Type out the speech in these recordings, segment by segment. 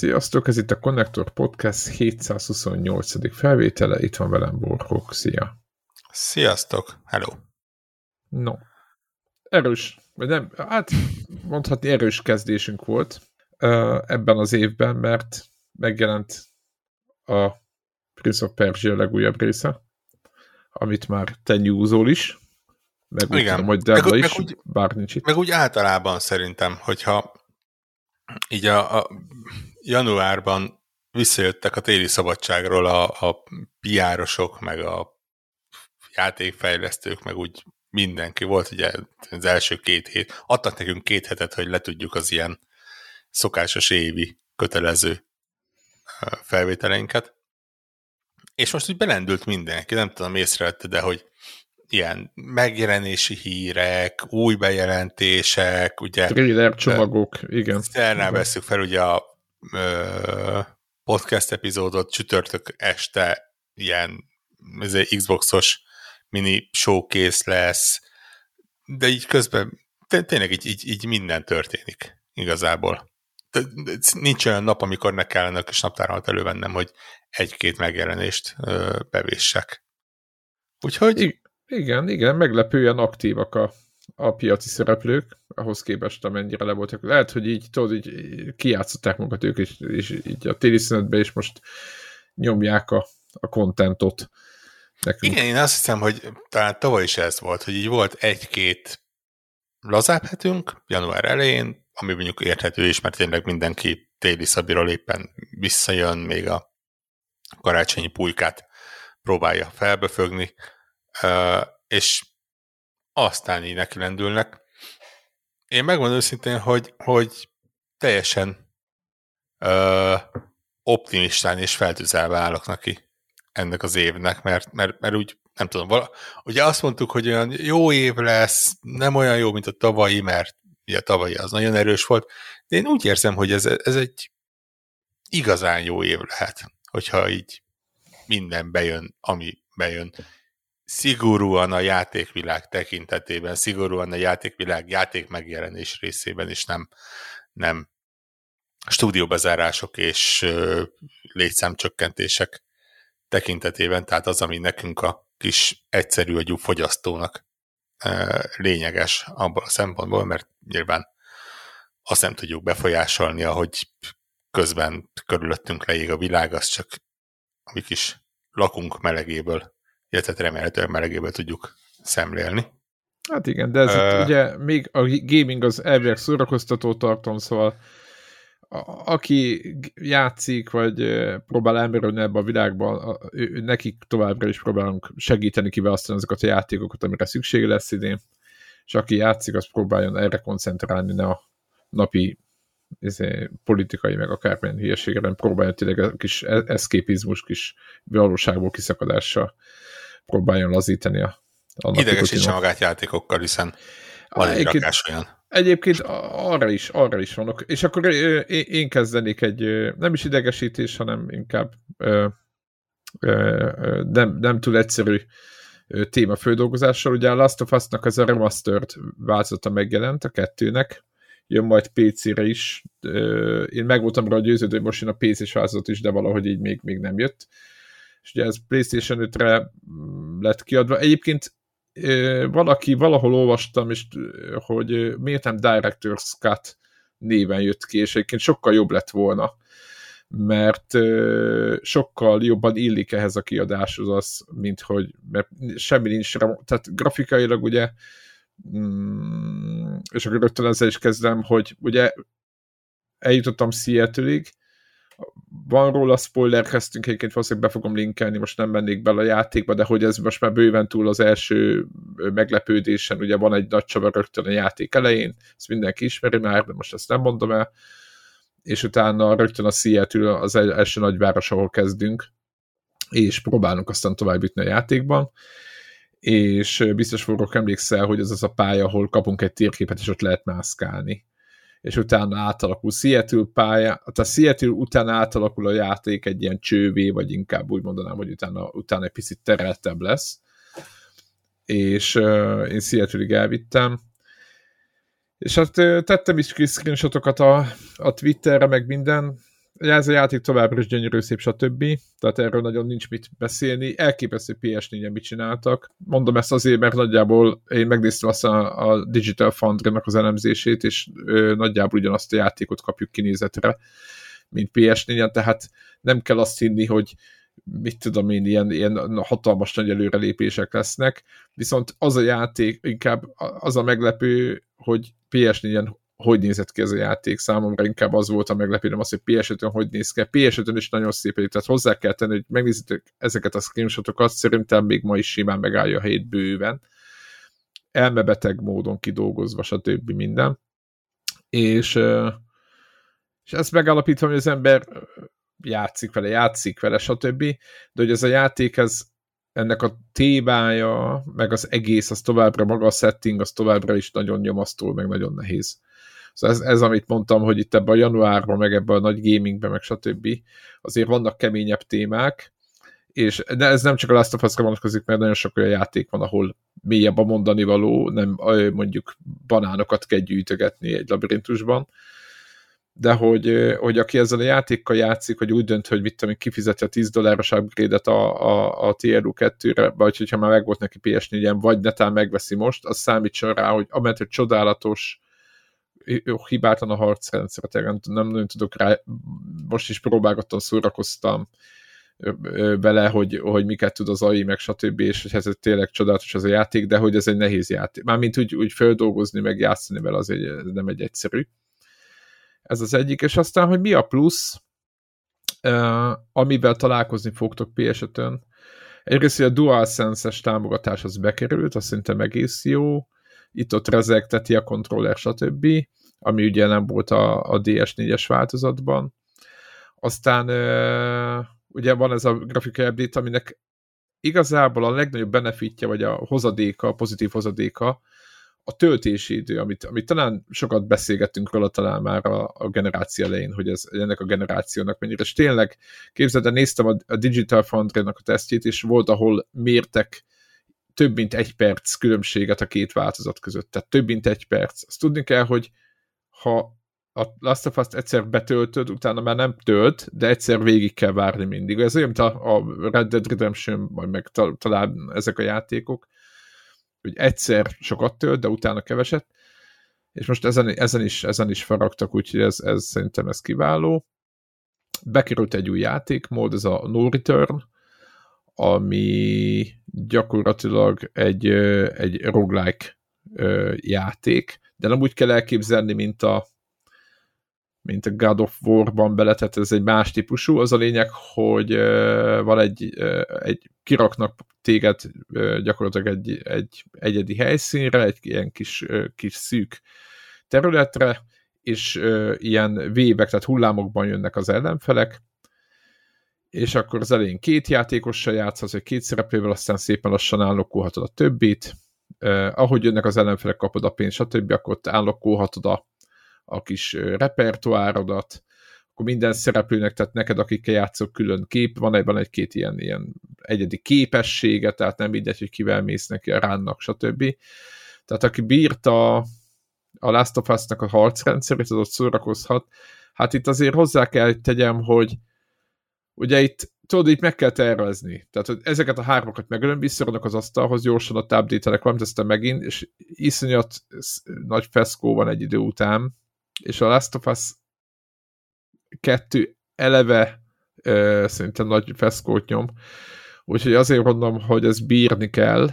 Sziasztok, ez itt a Connector Podcast 728. felvétele, itt van velem Borkok, szia! Sziasztok, hello! No, erős, vagy nem, hát mondhatni erős kezdésünk volt ebben az évben, mert megjelent a Prince of Persia legújabb része, amit már te nyúzol is, meg utána majd Debla is, bár nincs itt. Meg úgy általában szerintem, hogyha így a januárban visszajöttek a téli szabadságról a PR-osok, meg a játékfejlesztők, meg úgy mindenki. Volt ugye az első 2 hét. Adtak nekünk 2 hetet, hogy le tudjuk az ilyen szokásos évi kötelező felvételeinket. És most úgy belendült mindenki, nem tudom, észrevette, de hogy ilyen megjelenési hírek, új bejelentések, ugye... Trailer csomagok, igen. Szernál veszük fel ugye a podcast epizódot, csütörtök este ilyen Xboxos mini showcase lesz, de így közben tényleg így minden történik igazából. Nincs olyan nap, amikor ne kellene a kis naptáramat elővennem, hogy 1-2 megjelenést bevéssek. Úgyhogy... Igen, meglepően aktívak a piaci szereplők, ahhoz képest, amennyire le voltak. Lehet, hogy így, tudod, így kijátszották magukat ők, és így a téli szünetbe is most nyomják a contentot nekünk. Igen, én azt hiszem, hogy talán tavaly is ez volt, hogy így volt 1-2 lazább hetünk január elején, ami mondjuk érthető is, mert tényleg mindenki téli szabiról éppen visszajön, még a karácsonyi pulykát próbálja felbefögni, és aztán így nekilendülnek. Én megmondom őszintén, hogy teljesen optimistán és feltüzelve állok neki ennek az évnek, mert úgy, nem tudom, ugye azt mondtuk, hogy olyan jó év lesz, nem olyan jó, mint a tavalyi, mert ugye a tavalyi az nagyon erős volt, de én úgy érzem, hogy ez egy igazán jó év lehet, hogyha így minden bejön, ami bejön. Szigorúan a játékvilág tekintetében, szigorúan a játékvilág játék megjelenés részében, és nem stúdióbezárások és létszámcsökkentések tekintetében, tehát az, ami nekünk a kis egyszerű agyú fogyasztónak lényeges abban a szempontból, mert nyilván azt nem tudjuk befolyásolni, ahogy közben körülöttünk leég a világ, az csak a mi kis lakunk melegéből, illetve remélhetően melegéből tudjuk szemlélni. Hát igen, de ez itt ugye még a gaming az elvileg szórakoztató tartalom, szóval aki játszik, vagy próbál elmerülni ebbe a világban, nekik továbbra is próbálunk segíteni kiválasztani azokat a játékokat, amire szüksége lesz idén, és aki játszik, az próbáljon erre koncentrálni, ne a napi politikai, meg akármilyen hülyeségre, nem próbáljon tényleg a kis eszképizmus, kis valóságból kiszakadással próbáljon lazítani a idegesítse magát játékokkal, hiszen van egy rakás olyan. Egyébként arra is vannak. És akkor én kezdenék egy nem is idegesítés, hanem inkább nem túl egyszerű téma földolgozással. Ugye a Last of Us-nak ez a remastered változata megjelent a 2-nek, jön majd PC-re is. Én meg voltam rá győződő, hogy most jön a PC-s változat is, de valahogy így még nem jött. És ugye ez PlayStation 5-re lett kiadva. Egyébként valahol olvastam, és hogy miért nem Director's Cut néven jött ki, és egyébként sokkal jobb lett volna, mert sokkal jobban illik ehhez a kiadáshoz, mert semmi nincs, tehát grafikailag ugye, és akkor rögtön ezzel is kezdem, hogy ugye eljutottam Seattle-ig, van róla spoilerkeztünk, egyébként valószínűleg be fogom linkelni, most nem mennék bele a játékba, de hogy ez most már bőven túl az első meglepődésen, ugye van egy nagy csavar rögtön a játék elején, ezt mindenki ismeri már, de most ezt nem mondom el, és utána rögtön a Seattle az első nagyváros, ahol kezdünk, és próbálunk aztán tovább jutni a játékban, és biztos fogok emlékszel, hogy ez az a pálya, ahol kapunk egy térképet, és ott lehet mászkálni. És utána átalakul Seattle pálya, tehát Seattle után átalakul a játék egy ilyen csővé, vagy inkább úgy mondanám, hogy utána egy picit tereltebb lesz. És én Seattle-ig elvittem. És hát tettem is screenshotokat a Twitterre, meg minden, ez a játék továbbra is gyönyörű, szép, stb. Tehát erről nagyon nincs mit beszélni. Elképesztő PS4-en mit csináltak. Mondom ezt azért, mert nagyjából én megnéztem azt a Digital Foundry-nak az elemzését, és nagyjából ugyanazt a játékot kapjuk kinézetre, mint PS4-en, tehát nem kell azt hinni, hogy mit tudom én, ilyen hatalmas nagy előrelépések lesznek, viszont az a játék, inkább az a meglepő, hogy PS4-en hogy nézett ki ez a játék, számomra inkább az volt a meglepő, nem az, hogy PS5-ön hogy néz ki. PS5-ön is nagyon szép, tehát hozzá kell tenni, hogy megnézitek ezeket a screenshotokat, szerintem még ma is simán megállja a helyét bőven. Elmebeteg módon kidolgozva, stb. Minden. És ezt megállapítva, hogy az ember játszik vele, stb. De hogy ez a játék, ennek a témája, meg az egész, az továbbra, maga a setting, az továbbra is nagyon nyomasztó, meg nagyon nehéz. Szóval ez amit mondtam, hogy itt ebben a januárban, meg ebben a nagy gamingben, meg stb. Azért vannak keményebb témák, de ez nem csak a Last of Us-ra vonatkozik, mert nagyon sok olyan játék van, ahol mélyebb a mondani való, nem mondjuk banánokat kell gyűjtögetni egy labirintusban, de hogy aki ezzel a játékkal játszik, hogy úgy dönt, hogy mit tudom, kifizeti a $10 upgrade-et a TLU 2-re, vagy hogyha már megvolt neki PS4-en, vagy netán megveszi most, az számítson rá, hogy amellett, hogy csodálatos, hibátlan a harcrendszer, nem nagyon tudok rá, most is próbálgattam, szórakoztam vele, hogy miket tud az AI, meg stb. És hogy ez tényleg csodálatos az a játék, de hogy ez egy nehéz játék. Mármint úgy feldolgozni, meg játszani vele, az nem egy egyszerű. Ez az egyik, és aztán, hogy mi a plusz, amivel találkozni fogtok PS5-ön. Egyrészt, hogy a DualSense-es támogatás az bekerült, azt szerintem egész jó. Itt-ott rezegteti a kontroller, stb., ami ugye nem volt a DS4-es változatban. Aztán ugye van ez a grafikai update, aminek igazából a legnagyobb benefitje, vagy a hozadéka, a pozitív hozadéka, a töltési idő, amit talán sokat beszélgettünk róla talán már a generáció elején, hogy ennek a generációnak mennyire. És tényleg, képzeld, néztem a Digital Foundry-nak a tesztjét, és volt, ahol mértek több mint 1 perc különbséget a két változat között. Tehát több mint 1 perc. Azt tudni kell, hogy ha a Last of Us-t egyszer betöltöd, utána már nem tölt, de egyszer végig kell várni mindig. Ez olyan, mint a Red Dead Redemption, vagy meg talán ezek a játékok, hogy egyszer sokat tölt, de utána keveset, és most ezen is faragtak, úgyhogy ez szerintem ez kiváló. Bekerült egy új játékmód, ez a No Return, ami gyakorlatilag egy roguelike játék, de nem úgy kell elképzelni, mint a God of War-ban beletett, ez egy más típusú. Az a lényeg, hogy van egy kiraknak téged gyakorlatilag egy egyedi helyszínre, egy ilyen kis szűk területre, és ilyen vébek, tehát hullámokban jönnek az ellenfelek, és akkor az elején 2 játékossal játszhatsz, vagy 2 szereplővel, aztán szépen lassan állokkolhatod a többit. Ahogy jönnek az ellenfelek, kapod a pénzt, stb., akkor ott állokkolhatod a kis repertoárodat, akkor minden szereplőnek, tehát neked, akikkel játszok, külön kép, van egy-két ilyen egyedi képessége, tehát nem mindegy, hogy kivel mész neki a ránnak, stb. Tehát aki bírta a Last of Us-nak a harcrendszerét, az ott szórakozhat. Hát itt azért hozzá kell tegyem, hogy ugye itt tudod, itt meg kell tervezni. Tehát, hogy ezeket a 3-okat megölöm, visszaadnak az asztalhoz, gyorsan ott update-elek valamit, aztán megint, és iszonyat nagy feszkó van egy idő után, és a Last of Us 2 eleve szerintem nagy feszkót nyom. Úgyhogy azért mondom, hogy ezt bírni kell.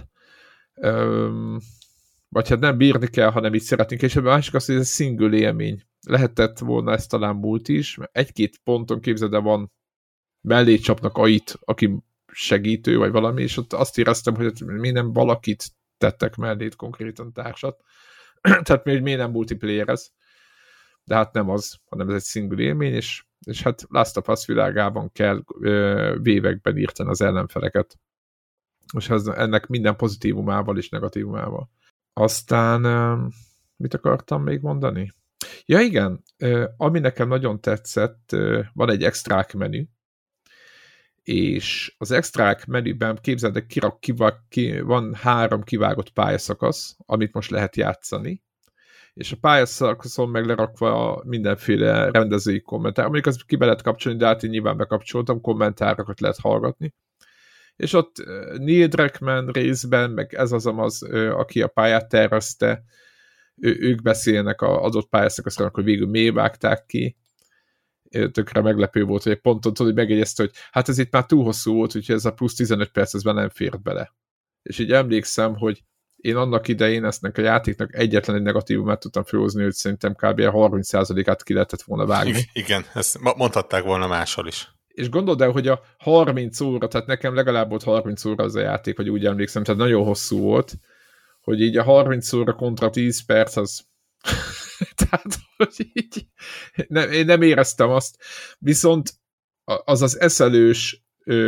Vagy hát nem bírni kell, hanem így szeretnénk. És a másik az, hogy ez single élmény. Lehetett volna ezt talán multi is, mert 1-2 ponton képzeld, de van mellé csapnak AI-t, aki segítő, vagy valami, és ott azt éreztem, hogy mi nem valakit tettek mellét konkrétan társat. Tehát miért nem multiplayer ez? De hát nem az, hanem ez egy single élmény, és hát Last of Us világában kell vévekben írtani az ellenfeleket. És ennek minden pozitívumával és negatívumával. Aztán mit akartam még mondani? Ja igen, ami nekem nagyon tetszett, van egy extrák menü, és az extrák menüben képzeld, van 3 kivágott pályaszakasz, amit most lehet játszani, és a pályaszakaszon meg lerakva mindenféle rendezői kommentár. Mondjuk az ki be lehet kapcsolni, de hát én nyilván bekapcsoltam, kommentárokat lehet hallgatni. És ott Neil Druckmann részben, meg ez az, aki a pályát tervezte, ők beszélnek az adott pályaszakaszon, hogy végül miért vágták ki. Tökre meglepő volt, hogy egy ponton tudod, hogy megjegyezte, hogy hát ez itt már túl hosszú volt, úgyhogy ez a plusz 15 perc, ez nem fért bele. És így emlékszem, hogy én annak idején a játéknak egyetlen egy negatívumát tudtam felhozni, hogy szerintem kb. 30%-át ki lehetett volna vágni. Igen, ezt mondhatták volna máshol is. És gondold el, hogy a 30 óra, tehát nekem legalább volt 30 óra az a játék, vagy úgy emlékszem, tehát nagyon hosszú volt, hogy így a 30 óra kontra 10 perc az tehát, hogy így én nem éreztem azt, viszont az eszelős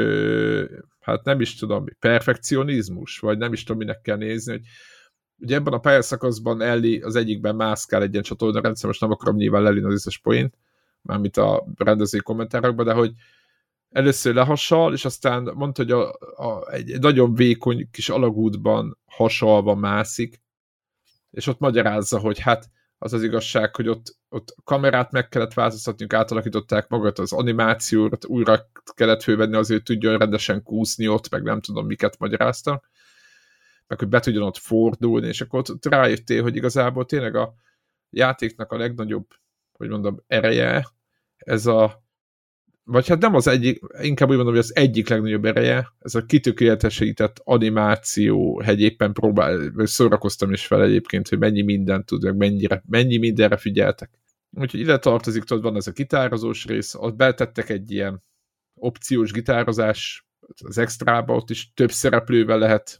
hát nem is tudom, perfekcionizmus, vagy nem is tudom, minek kell nézni, hogy ugye ebben a pályaszakaszban Ellie az egyikben mászkál egy ilyen csatornarendszer, most nem akarom nyilván lelőni az összes poént, mármint a rendezői kommentárokban, de hogy először lehassal, és aztán mondta, hogy egy nagyon vékony kis alagútban hasalva mászik, és ott magyarázza, hogy hát az igazság, hogy ott kamerát meg kellett változtatniuk, átalakították magát az animációt, újra kellett fölvenni azért, hogy tudjon rendesen kúszni ott, meg nem tudom, miket magyaráztak, meg hogy be tudjon ott fordulni, és akkor ott rájöttél, hogy igazából tényleg a játéknak a legnagyobb, hogy mondom, ereje, ez vagy hát nem az egyik, inkább úgy mondom, hogy az egyik legnagyobb ereje, ez a kitökéletesített animáció, hogy éppen szórakoztam is fel egyébként, hogy mennyi mindent tud, mennyi mindenre figyeltek. Úgyhogy ide tartozik, tudod, van ez a gitározós rész, ott betettek egy ilyen opciós gitározás, az extrába, ott is több szereplővel lehet,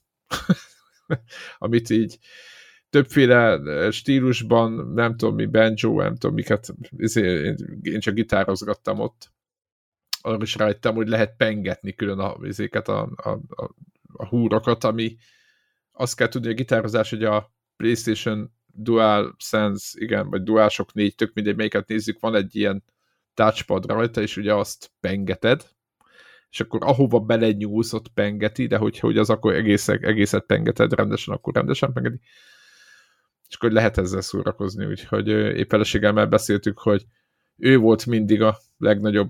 amit így többféle stílusban, nem tudom mi, banjo, nem tudom miket, én csak gitározgattam ott. Arra is rájöttem, hogy lehet pengetni külön a húrokat, ami azt kell tudni, a gitározás, hogy a PlayStation DualSense, igen, vagy DualShock 4, tök mindegy, melyiket nézzük, van egy ilyen touchpad rajta, és ugye azt pengeted, és akkor ahova belenyúlsz, ott pengeti, de hogyha az akkor egészet pengeted rendesen, akkor rendesen pengeti. És akkor lehet ezzel szórakozni, úgyhogy épp feleségemmel beszéltük, hogy ő volt mindig a legnagyobb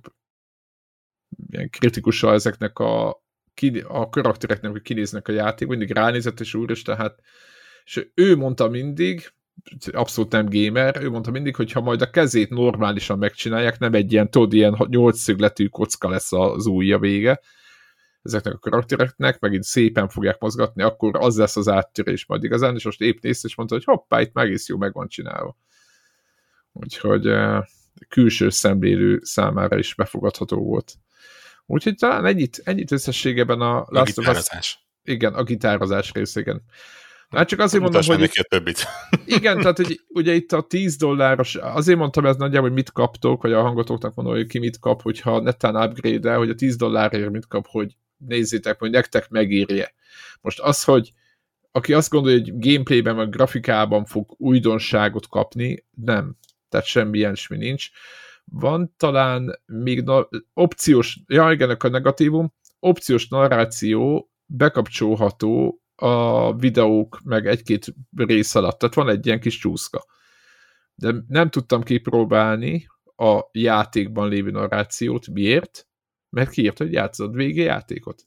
ilyen kritikusa ezeknek a karaktereknek, hogy kinéznek a játék, mindig ránézett, és úristen, hát és ő mondta mindig, abszolút nem gamer, ő mondta mindig, hogy ha majd a kezét normálisan megcsinálják, nem egy ilyen, tudod, ilyen 8 szögletű kocka lesz az ujja vége ezeknek a karaktereknek, megint szépen fogják mozgatni, akkor az lesz az áttörés majd igazán, és most épp nézte, és mondta, hogy hoppá, itt meg egész jó meg van csinálva. Úgyhogy külső szemlélő számára is befogadható volt. Úgyhogy talán ennyit összességében a Last of Us... Igen, a gitározás rész, igen. Hát csak azért mondom, hogy... Neki a többit. Igen, tehát hogy ugye itt a $10, azért mondtam ez nagyjából, hogy mit kaptok, vagy a hangotoknak mondom, hogy ki mit kap, hogyha netán upgrade-el, hogy a $10 mit kap, hogy nézzétek, hogy nektek megírje. Most az, hogy aki azt gondolja, hogy gameplayben, vagy grafikában fog újdonságot kapni, nem. Tehát semmi ilyesmi nincs. Van talán még opciós, igen, a negatívum, opciós narráció bekapcsolható a videók meg egy-két rész alatt. Tehát van egy ilyen kis csúszka. De nem tudtam kipróbálni a játékban lévő narrációt. Miért? Mert kiírt, hogy játszod végig játékot.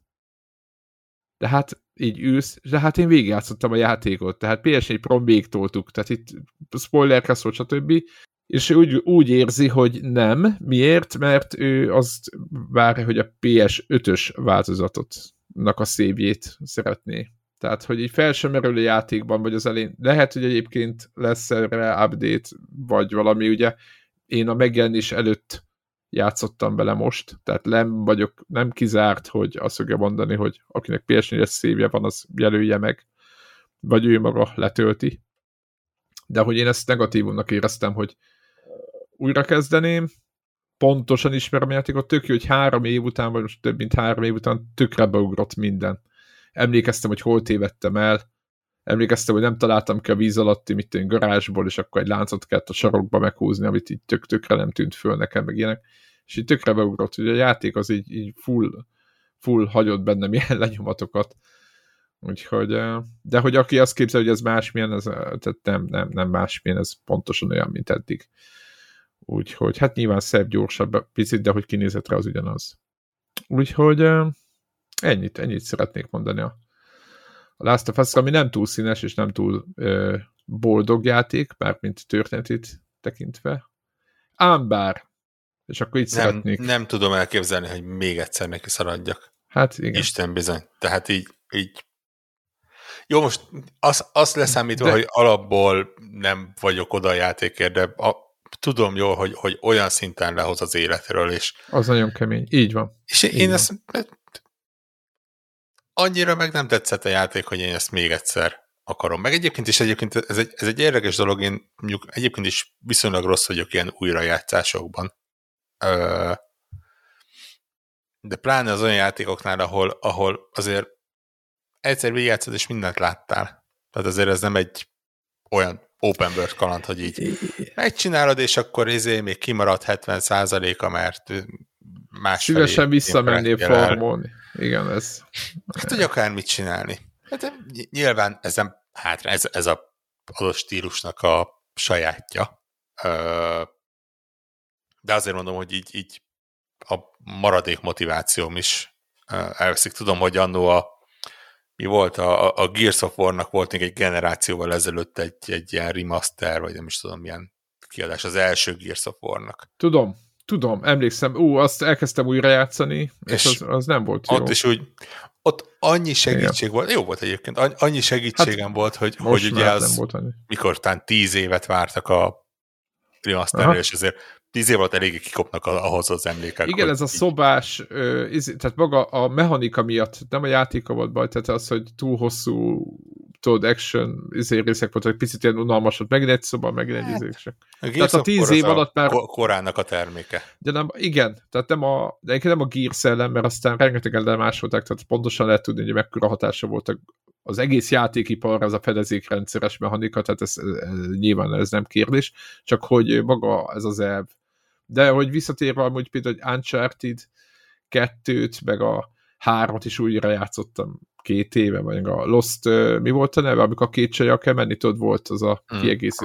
De hát így ülsz, de hát én végigjátszottam a játékot, tehát PS4 Pro még toltuk, tehát itt spoilerkesz volt, stb. És ő úgy érzi, hogy nem. Miért? Mert ő azt várja, hogy a PS5-ös változatotnak a szépjét szeretné. Tehát, hogy így fel sem merül a játékban, vagy az elején. Lehet, hogy egyébként lesz erre update, vagy valami, ugye én a megjelenés előtt játszottam bele most, tehát nem kizárt, hogy azt fogja mondani, hogy akinek PS4-es szívje van, az jelölje meg, vagy ő maga letölti. De hogy én ezt negatívumnak éreztem, hogy újra kezdeném, pontosan ismerem a játékot, tök jó, hogy 3 év után, vagy most több mint 3 év után tökre beugrott minden. Emlékeztem, hogy hol tévedtem el, emlékeztem, hogy nem találtam ki a víz alatti, mit én garázsból, és akkor egy láncot kellett a sarokba meghúzni, amit így tökre nem tűnt föl nekem, meg ilyenek. És így tökre beugrott, hogy a játék az így full hagyott bennem ilyen lenyomatokat, Úgyhogy, de hogy aki azt képzel, hogy ez másmilyen, ez, tehát nem másmilyen, ez pontosan olyan, mint eddig. Úgyhogy hát nyilván szebb, gyorsabb picit, de hogy kinézetre az ugyanaz. Úgyhogy ennyit szeretnék mondani a Last of Us, ami nem túl színes, és nem túl boldog játék, mint történetét tekintve. Ám bár, és akkor így szeretnék. Nem tudom elképzelni, hogy még egyszer neki szaradjak. Hát igen. Isten bizony. Tehát így jó, most azt leszámítva, hogy alapból nem vagyok oda a játékért, de tudom jól, hogy olyan szinten lehoz az életről, és az nagyon kemény. Így van. És én ezt annyira meg nem tetszett a játék, hogy én ezt még egyszer akarom. Meg egyébként ez egy érdekes dolog, én mondjuk egyébként is viszonylag rossz vagyok ilyen újrajátszásokban. De pláne az olyan játékoknál, ahol azért egyszer végigjátszod, és mindent láttál. Tehát azért ez nem egy olyan open world kaland, hogy így megcsinálod, és akkor még kimarad 70%-a, mert másfelé... Szívesen visszamennél farmolni. Igen, ez... Hát, hogy akármit csinálni. Hát, nyilván ez nem hátra, ez a adott stílusnak a sajátja. De azért mondom, hogy így a maradék motivációm is elveszik. Tudom, hogy annó mi volt, a Gears of War-nak volt még egy generációval ezelőtt egy ilyen remaster, vagy nem is tudom milyen kiadás, az első Gears of War-nak. Tudom, emlékszem. Azt elkezdtem újra játszani, és az nem volt jó. Ott is úgy, ott annyi segítség volt, jó volt egyébként, annyi segítségem volt, hogy ugye az, mikor talán 10 évet vártak a remasterre, és ezért 10 év alatt eléggé kikopnak ahhoz az emlékek. Igen, ez a szobás, tehát maga a mechanika miatt, nem a játéka volt baj, tehát az, hogy túl hosszú action részek volt, hogy picit ilyen unalmasod, megint egy szoba, megint egy izések. Tehát a 10 év alatt már... korának a terméke. De nem, igen, tehát nem a Gears ellen, mert aztán rengetegen lemásolták, tehát pontosan lehet tudni, hogy mekkora hatása volt az egész játékiparra, ez a fedezékrendszeres mechanika, tehát ez nyilván ez nem kérdés, csak hogy maga ez az elv. De hogy visszatérve amúgy például egy Uncharted 2-t, meg a 3-at is újra játszottam 2 éve, vagy a Lost, mi volt a neve, amikor a 2 csajjal kell menni, tudod, volt az a kiegészítő.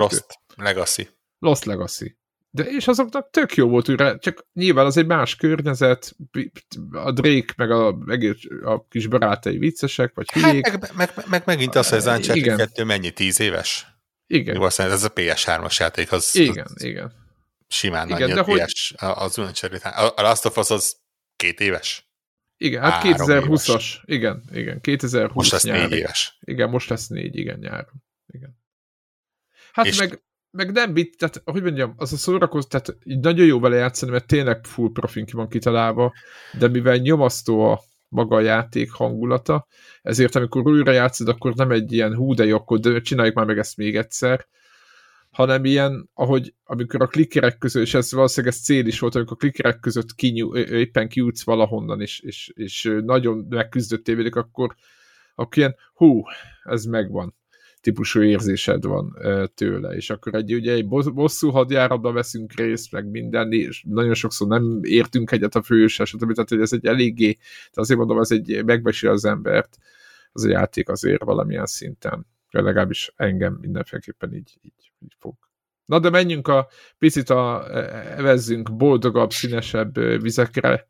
Lost Legacy. De és azoknak tök jó volt újra, csak nyilván az egy más környezet, a Drake meg a kis barátai viccesek, vagy hülyék. Hát megint az, hogy az Uncharted 2 mennyi, 10 éves? Igen. Jó, aztán ez a PS3-as játék, az... Igen. Simán igen, annyi a PS, az Uncharted. A Last of Us az 2 éves? Igen, hát 2020-as. Igen, 2020 most lesz nyári. 4 éves. Igen, most lesz 4, igen, nyáron. Igen. Hát és meg nem tehát hogy mondjam, az a szórakozó, tehát így nagyon jó vele játszani, mert tényleg full profin ki van kitalálva, de mivel nyomasztó a maga a játék hangulata, ezért amikor újra játszod, akkor nem egy ilyen hú de jó, akkor csináljuk már meg ezt még egyszer, hanem ilyen, amikor a klikkerek között, és ez valószínűleg ez cél is volt, amikor a klikkerek között éppen kijutsz valahonnan, és nagyon megküzdöttél velük, akkor ilyen, ez megvan típusú érzésed van tőle, és akkor egy bosszú hadjáratban veszünk részt, meg minden, és nagyon sokszor nem értünk egyet a főhőssel, tehát hogy ez egy eléggé, de azért mondom, ez egy megbecsül az embert, az a játék azért valamilyen szinten, legalábbis engem mindenféleképpen így fog. Na de menjünk picit evezzünk boldogabb, színesebb vizekre.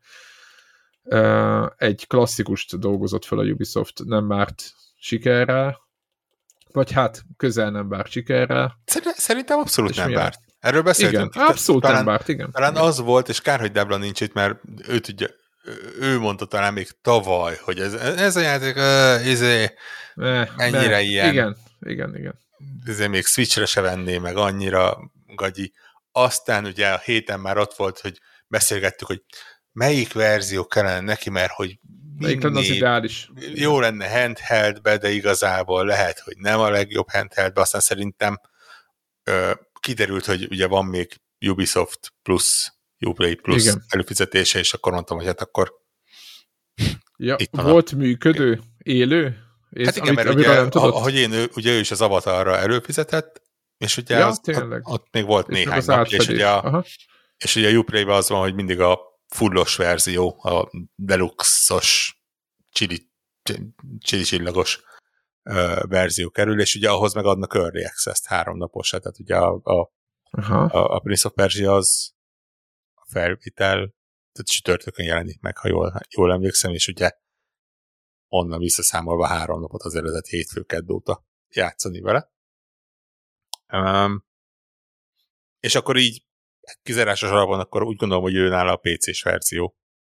Egy klasszikust dolgozott fel a Ubisoft, nem várt sikerrel, vagy hát közel nem várt sikerrel. Szerintem abszolút nem várt. Erről beszéltünk. Igen, abszolút nem várt, igen. Talán az volt, és kár, hogy Debla nincs itt, mert ő mondta talán még tavaly, hogy ez a játék ennyire ilyen. Igen. Ezért még Switchre se venné meg annyira gagyi. Aztán ugye a héten már ott volt, hogy beszélgettük, hogy melyik verzió kellene neki, mert hogy melyik lenne az ideális. Jó lenne handheldbe, de igazából lehet, hogy nem a legjobb handheldbe. Aztán szerintem kiderült, hogy ugye van még Ubisoft Plus, Uplay Plus igen. előfizetése, és akkor mondtam, hogy hát akkor volt működő, élő? Hát igen, mert ugye, ugye ő is az Avatarra előfizetett, és ugye ott még volt és néhány nap, és ugye a Uplayben az van, hogy mindig a fullos verzió, a deluxe-os csili csillagos verzió kerül, és ugye ahhoz meg adnak Early Access-t 3 naposra, tehát ugye a Prince of Persia az a felvitel, tehát csütörtökön jelenik meg, ha jól emlékszem, és ugye onnan visszaszámolva 3 napot az eredeti hétfő-kedd óta játszani vele. És akkor így kizárásos alapon akkor úgy gondolom, hogy ő nála a PC-s verzió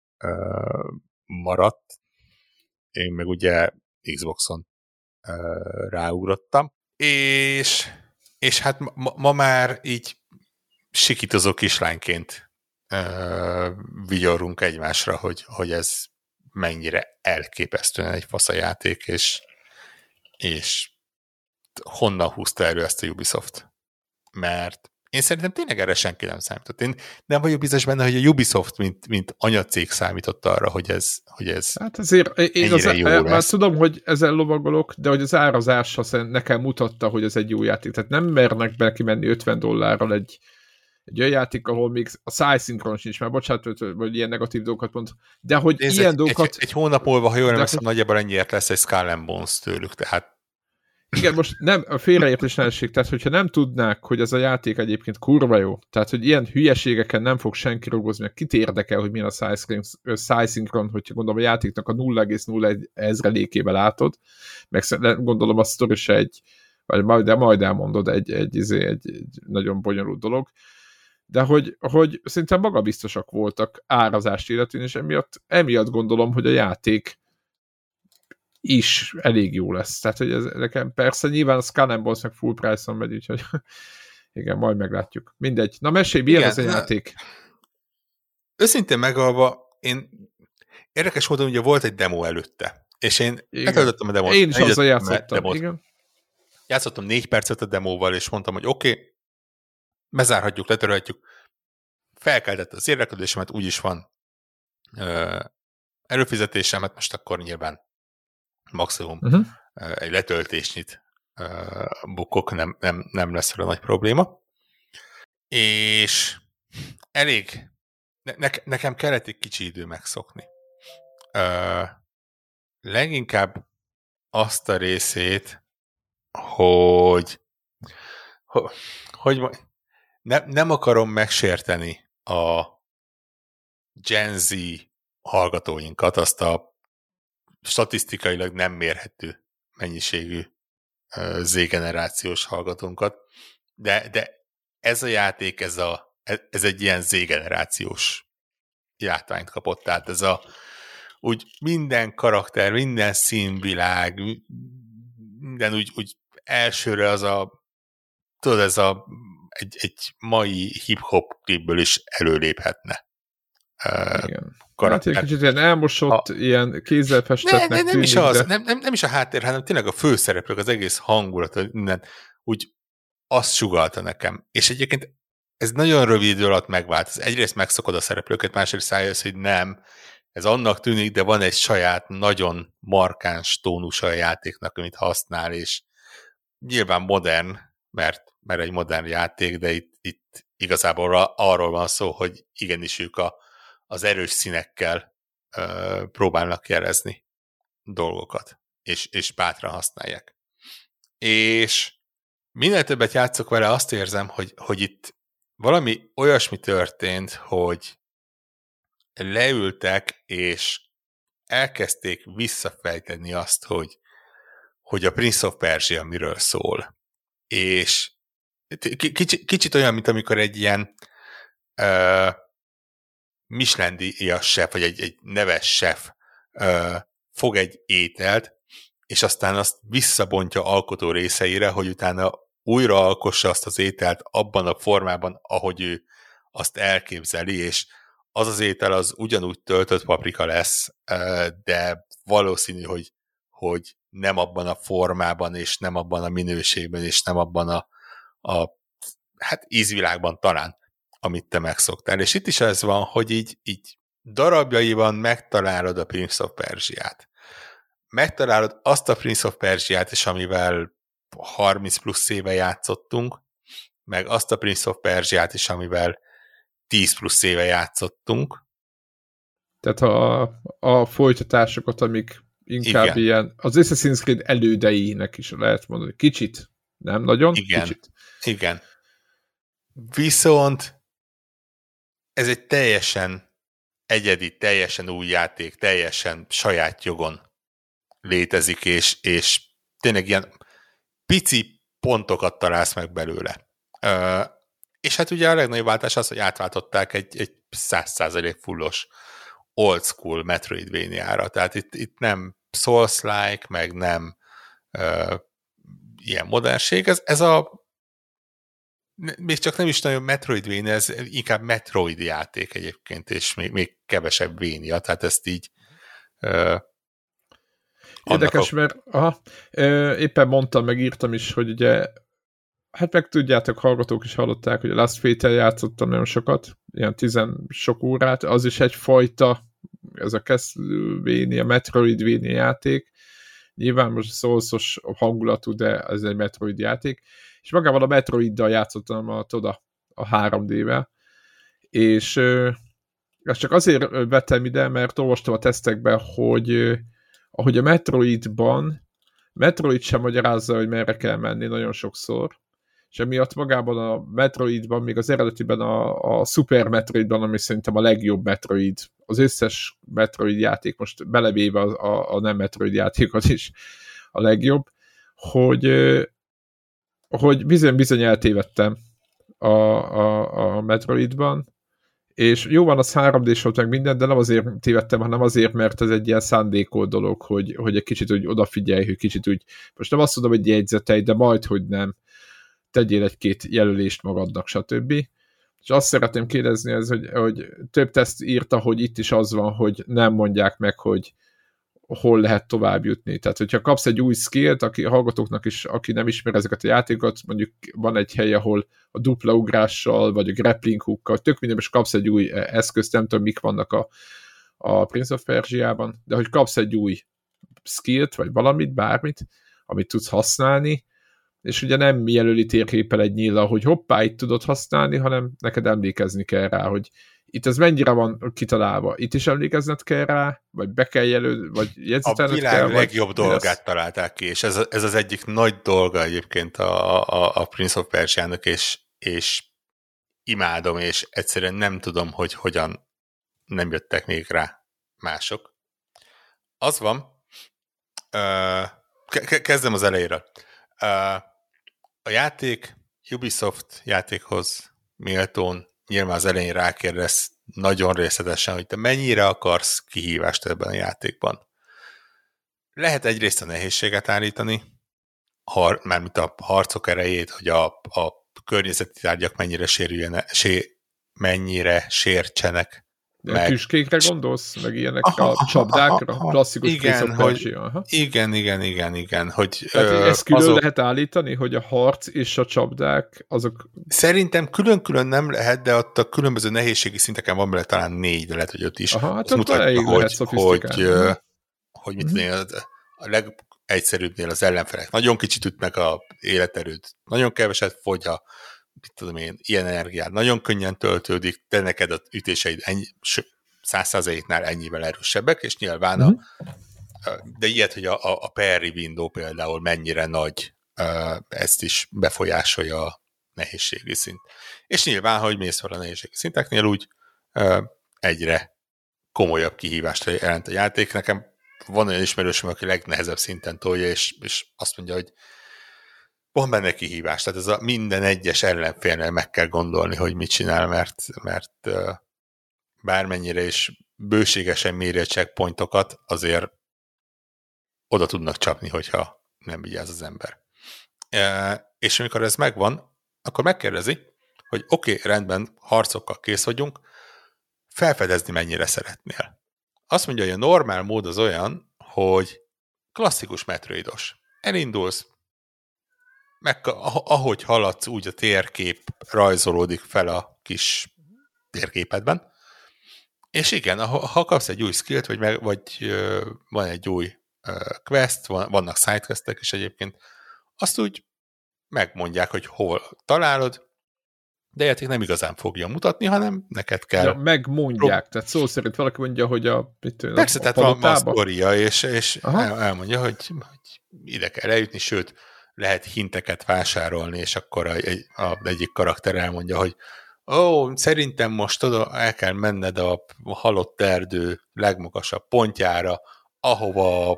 maradt. Én meg ugye Xboxon ráugrottam. És hát ma már így sikítozó kislányként vigyorunk egymásra, hogy ez mennyire elképesztően egy faszajáték, és honnan húzta elő ezt a Ubisoft. Mert én szerintem tényleg erre senki nem számított. Én nem vagyok biztos benne, hogy a Ubisoft, mint anyacég számított arra, hogy ez hát azért én jó lesz. már tudom, hogy ezen lovagolok, de hogy az árazása nekem mutatta, hogy ez egy jó játék. Tehát nem mernek be kimenni $50 egy olyan játék, ahol még a szájszinkron sincs, már bocsánat, hogy ilyen negatív dolgokat mond, de hogy nézd, ilyen dolgokat... Egy hónap múlva, ha jól emlékszem, nagyjából ennyiért lesz egy Skull and Bones tőlük, tehát igen, most nem, a félreértés ne essék, tehát hogyha nem tudnák, hogy ez a játék egyébként kurva jó, tehát hogy ilyen hülyeségeken nem fog senki rogozni, meg kit érdekel, hogy milyen a szájszinkron, hogyha gondolom a játéknak a 0,01 ezrelékével látod, meg gondolom a sztori se egy, de majd elmondod, egy nagyon bonyolult dolog, de hogy szerintem magabiztosak voltak árazást illetően, és emiatt gondolom, hogy a játék is elég jó lesz. Tehát, hogy ez nekem persze nyilván a Skull and Bones meg full price-on megy, úgyhogy igen, majd meglátjuk. Mindegy. Na mesélj, milyen ez a játék? Őszintén megalva, érdekes módon ugye volt egy demo előtte, és én letöltöttem a demót. Én is azzal játszottam, igen. Játszottam 4 percet a demóval, és mondtam, hogy oké, bezárhatjuk, letörölhetjük. Felkeltett az érdeklődésemet, úgyis van előfizetésemet, most akkor nyilván maximum egy letöltésnyit bukok, nem lesz vele nagy probléma. És elég, nekem kellett egy kicsi idő megszokni. Leginkább azt a részét, hogy nem akarom megsérteni a Gen Z hallgatóinkat, azt a statisztikailag nem mérhető mennyiségű Z-generációs hallgatónkat, de ez a játék, ez egy ilyen Z-generációs látványt kapott, tehát ez úgy minden karakter, minden színvilág, minden úgy elsőre tudod, egy mai hip-hop klipből is előléphetne. Igen. Hát egy kicsit ilyen elmosott, ilyen kézzel festetnek nem is az, nem is a háttér, hanem tényleg a főszereplők, az egész hangulat, minden úgy azt sugallta nekem. És egyébként ez nagyon rövid idő alatt megvált. Egyrészt megszokod a szereplőket, másrészt rájössz, hogy nem. Ez annak tűnik, de van egy saját, nagyon markáns tónusa a játéknak, amit használ, és nyilván modern, mert egy modern játék, de itt igazából arról van szó, hogy igenis ők az erős színekkel próbálnak jelezni dolgokat, és bátran használják. És minél többet játszok vele, azt érzem, hogy itt valami olyasmi történt, hogy leültek, és elkezdték visszafejteni azt, hogy a Prince of Persia miről szól. És kicsit olyan, mint amikor egy ilyen Michelin-díjas sef, vagy egy neves sef fog egy ételt, és aztán azt visszabontja alkotó részeire, hogy utána újra alkossa azt az ételt abban a formában, ahogy ő azt elképzeli, és az étel az ugyanúgy töltött paprika lesz, de valószínű, hogy nem abban a formában, és nem abban a minőségben, és nem abban a ízvilágban talán, amit te megszoktál. És itt is ez van, hogy így darabjaiban megtalálod a Prince of Persiát. Megtalálod azt a Prince of Persiát is, amivel 30 plusz éve játszottunk, meg azt a Prince of Persiát is, amivel 10 plusz éve játszottunk. Tehát a folytatásokat, amik inkább ilyen, az Assassin's Creed elődeinek is lehet mondani. Kicsit, nem nagyon, kicsit. Igen. Viszont ez egy teljesen egyedi, teljesen új játék, teljesen saját jogon létezik, és tényleg ilyen pici pontokat találsz meg belőle. És hát ugye a legnagyobb váltás az, hogy átváltották egy 100% fullos old school Metroidvania-ra. Tehát itt nem Souls-like, meg nem ilyen modernség. Ez a még csak nem is nagyon Metroidvania, ez inkább Metroid játék egyébként, és még kevesebb vénia, tehát ezt így érdekes, mert éppen mondtam, meg írtam is, hogy ugye hát meg tudjátok, hallgatók is hallották, hogy a Last Fate-el játszottam nagyon sokat, ilyen 10 sok órát, az is egyfajta, ez a Castlevania, Metroidvania játék, nyilván most Souls-os hangulatú, de ez egy Metroid játék, és magában a Metroiddal játszottam a 3D-vel, és ezt csak azért vettem ide, mert olvastam a tesztekben, hogy ahogy a Metroid sem magyarázza, hogy merre kell menni nagyon sokszor, és emiatt magában a Metroidban, még az eredetiben a Super Metroidban, ami szerintem a legjobb Metroid, az összes Metroid játék, most belevéve a nem Metroid játékot is a legjobb, hogy bizony eltévedtem a Metroidban, és jó van, az 3D-s volt meg minden, de nem azért tévedtem, hanem azért, mert ez egy ilyen szándékolt dolog, hogy egy kicsit úgy odafigyelj, hogy kicsit úgy, most nem azt mondom, hogy jegyzetej, de majd, hogy nem, tegyél egy-két jelölést magadnak, stb. És azt szeretném kérdezni, hogy több teszt írta, hogy itt is az van, hogy nem mondják meg, hogy hol lehet tovább jutni. Tehát, hogyha kapsz egy új skillt, a hallgatóknak is, aki nem ismer ezeket a játékokat, mondjuk van egy hely, ahol a dupla ugrással, vagy a grappling hookkal, tök minden, és kapsz egy új eszközt, nem tudom, mik vannak a Prince of Persia-ban, de hogy kapsz egy új skillt, vagy valamit, bármit, amit tudsz használni, és ugye nem jelöli térképpel egy nyíllal, hogy hoppá, itt tudod használni, hanem neked emlékezni kell rá, hogy itt ez mennyire van kitalálva. Itt is emlékezned kell rá, vagy be kell jelölni, vagy jegyzetelned kell. A világ legjobb dolgát találták ki, és ez az egyik nagy dolga egyébként a Prince of Persia-nak, és imádom, és egyszerűen nem tudom, hogy hogyan nem jöttek még rá mások. Az van, kezdem az elejéről. A játék Ubisoft játékhoz méltón nyilván az elején rákérdez nagyon részletesen, hogy te mennyire akarsz kihívást ebben a játékban. Lehet egyrészt a nehézséget állítani, mármint a harcok erejét, hogy a környezeti tárgyak mennyire sértsenek. De tüskékre gondolsz, meg ilyenekre, a csapdákra, klasszikus Prince of Persia. Igen. Hogy, ezt külön lehet állítani, hogy a harc és a csapdák azok... Szerintem külön-külön nem lehet, de ott a különböző nehézségi szinteken van bele talán 4, de lehet, hogy 5 is. Aha, hát ott elég lehet szofisztikálni. Hogy mit tudom, a legegyszerűbbnél az ellenfelek nagyon kicsit ütnek a életerőt, nagyon keveset fogy a mit tudom én, ilyen energiát nagyon könnyen töltődik, de neked az ütéseid 100%-nál ennyivel erősebbek, és nyilván de ilyet, hogy a parry window például mennyire nagy, ezt is befolyásolja a nehézségi szint. És nyilván, hogy mész fel a nehézségi szinteknél, úgy egyre komolyabb kihívást jelent a játék. Nekem van olyan ismerősöm, aki legnehezebb szinten tolja, és azt mondja, hogy van benne kihívás, tehát ez a minden egyes ellenfélnél meg kell gondolni, hogy mit csinál, mert bármennyire is bőségesen méri a checkpointokat, azért oda tudnak csapni, hogyha nem vigyáz az ember. És amikor ez megvan, akkor megkérdezi, hogy oké, rendben, harcokkal kész vagyunk, felfedezni mennyire szeretnél. Azt mondja, hogy a normál mód az olyan, hogy klasszikus metroidos. Elindulsz, ahogy haladsz, úgy a térkép rajzolódik fel a kis térképedben, és igen, ha kapsz egy új skillt, vagy van egy új quest, vannak sidequestek is egyébként, azt úgy megmondják, hogy hol találod, de a játék nem igazán fogja mutatni, hanem neked kell... Ja, megmondják, tehát szó szerint valaki mondja, hogy persze, tehát van sztoria, és elmondja, hogy ide kell eljutni, sőt, lehet hinteket vásárolni, és akkor a egyik karakter elmondja, hogy szerintem most el kell menned a halott erdő legmagasabb pontjára, ahova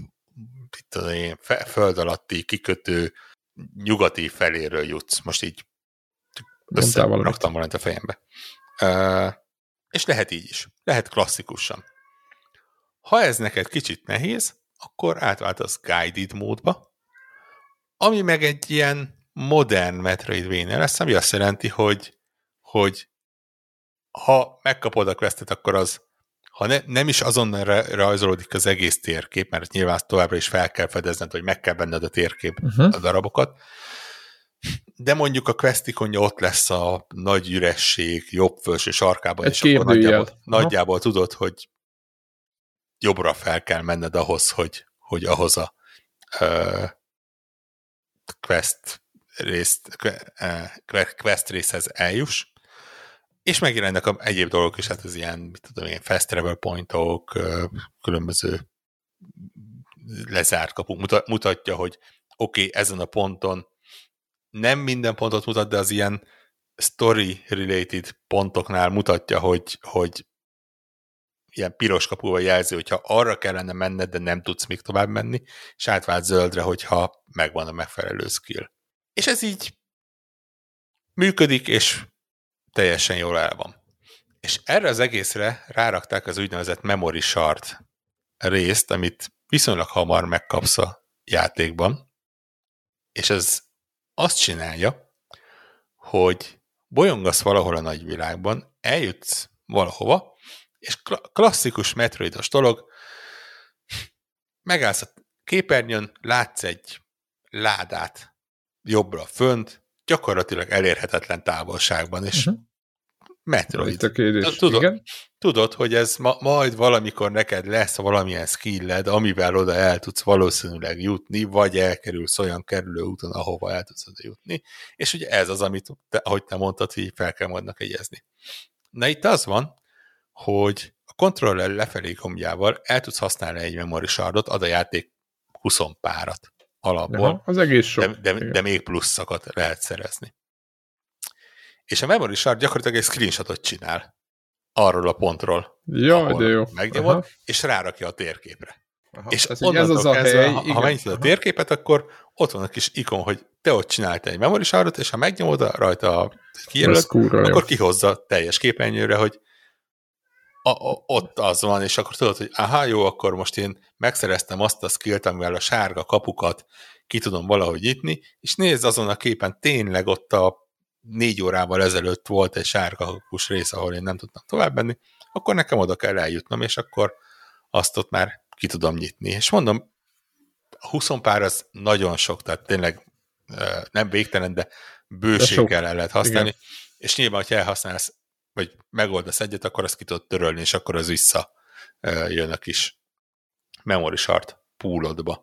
föld alatti kikötő nyugati feléről jutsz. Most így összeraktam valamit a fejembe. És lehet így is. Lehet klasszikusan. Ha ez neked kicsit nehéz, akkor átváltasz guided módba, ami meg egy ilyen modern Metroidvania lesz, ami azt jelenti, hogy ha megkapod a questet, akkor az, ha nem is azonnal rajzolódik az egész térkép, mert nyilván továbbra is fel kell fedezned, vagy meg kell venned a térkép a darabokat, de mondjuk a questikonja ott lesz a nagy üresség jobb felső sarkában, és akkor nagyjából tudod, hogy jobbra fel kell menned ahhoz, hogy ahhoz a quest részhez eljuss, és megjelennek egyéb dolgok is, hát ez ilyen, fast travel pointok, különböző lezárt kapunk, mutatja, hogy oké, ezen a ponton nem minden pontot mutat, de az ilyen story-related pontoknál mutatja, hogy ilyen piros kapuval jelzi, hogyha arra kellene menned, de nem tudsz még tovább menni, és átvált zöldre, hogyha megvan a megfelelő skill. És ez így működik, és teljesen jól el van. És erre az egészre rárakták az úgynevezett memory shard részt, amit viszonylag hamar megkapsz a játékban, és ez azt csinálja, hogy bolyongasz valahol a nagyvilágban, eljutsz valahova, és klasszikus metroidos dolog, megállsz a képernyőn, látsz egy ládát jobbra fönt, gyakorlatilag elérhetetlen távolságban, és Metroid. Tudod, hogy ez majd valamikor neked lesz valamilyen skilled, amivel oda el tudsz valószínűleg jutni, vagy elkerülsz olyan kerülőúton, ahova el tudsz oda jutni, és ugye ez az, amit, ahogy te mondtad, hogy fel kell magadnak egyezni. Na itt az van, hogy a kontroller lefelé gombjával el tudsz használni egy memory shardot, ad a játék 20 párat alapból. Aha, az egész sok. De még pluszakat lehet szerezni. És a memory shard gyakorlatilag egy screenshotot csinál arról a pontról. Jaj, de jó. Megnyomod, és rárakja a térképre. Aha. És ez onnantól az a kezdve, hely, ha megnyitod a térképet, akkor ott van a kis ikon, hogy te ott csináltál egy memory shardot, és ha megnyomod rajta a kijelölt, akkor kihozza teljes képernyőre, hogy ott az van, és akkor tudod, hogy jó, akkor most én megszereztem azt a skillt, amivel a sárga kapukat ki tudom valahogy nyitni, és nézd, azon a képen tényleg ott a 4 órával ezelőtt volt egy sárga kapus rész, ahol én nem tudtam tovább menni, akkor nekem oda kell eljutnom, és akkor azt ott már ki tudom nyitni. És mondom, a 20 pár az nagyon sok, tehát tényleg nem végtelen, de bőséggel el lehet használni, igen. És nyilván, hogyha elhasználsz, vagy megoldasz egyet, akkor azt ki tudod törölni, és akkor az vissza jön a kis memory shard poolodba.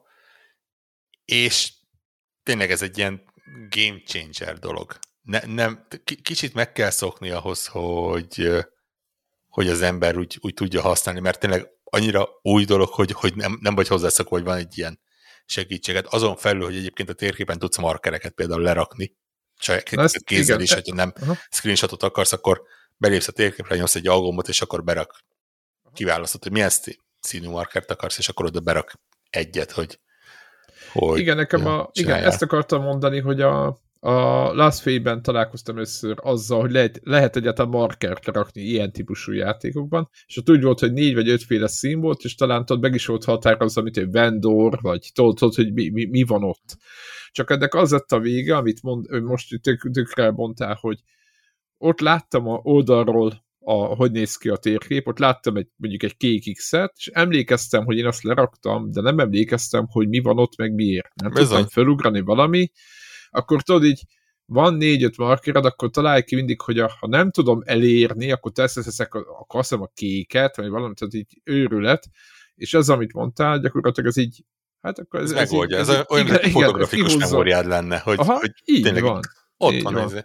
És tényleg ez egy ilyen game changer dolog. Kicsit meg kell szokni ahhoz, hogy az ember úgy tudja használni, mert tényleg annyira új dolog, hogy nem vagy hozzászokva, hogy van egy ilyen segítséget. Azon felül, hogy egyébként a térképen tudsz markereket például lerakni, saját kézzel is, hogyha nem screenshotot akarsz, akkor belépsz a térképre, nyomsz egy algombot, és akkor kiválasztod, hogy milyen színű markert akarsz, és akkor oda berak egyet, hogy igen, nekem igen, ezt akartam mondani, hogy a Last Faith-ben találkoztam először azzal, hogy lehet egyáltalán markert rakni ilyen típusú játékokban, és ott úgy volt, hogy 4 vagy 5 féle szín volt, és talán ott meg is volt határozva, amit egy vendor, vagy tudod, hogy mi van ott. Csak ennek az lett a vége, amit most tökre mondtál, hogy ott láttam a oldalról, hogy néz ki a térkép, ott láttam mondjuk egy kék X-et, és emlékeztem, hogy én azt leraktam, de nem emlékeztem, hogy mi van ott, meg miért. Nem tudtam felugrani valami, akkor tudod így, van 4-5 markered, akkor találj ki mindig, hogy ha nem tudom elérni, akkor teszek a kéket, vagy valamit, tehát így őrület, és ez, amit mondtál, gyakorlatilag ez így, hát akkor ez megoldja, ez olyan, hogy fotografikus memóriád lenne, hogy így tényleg van. ott van ez.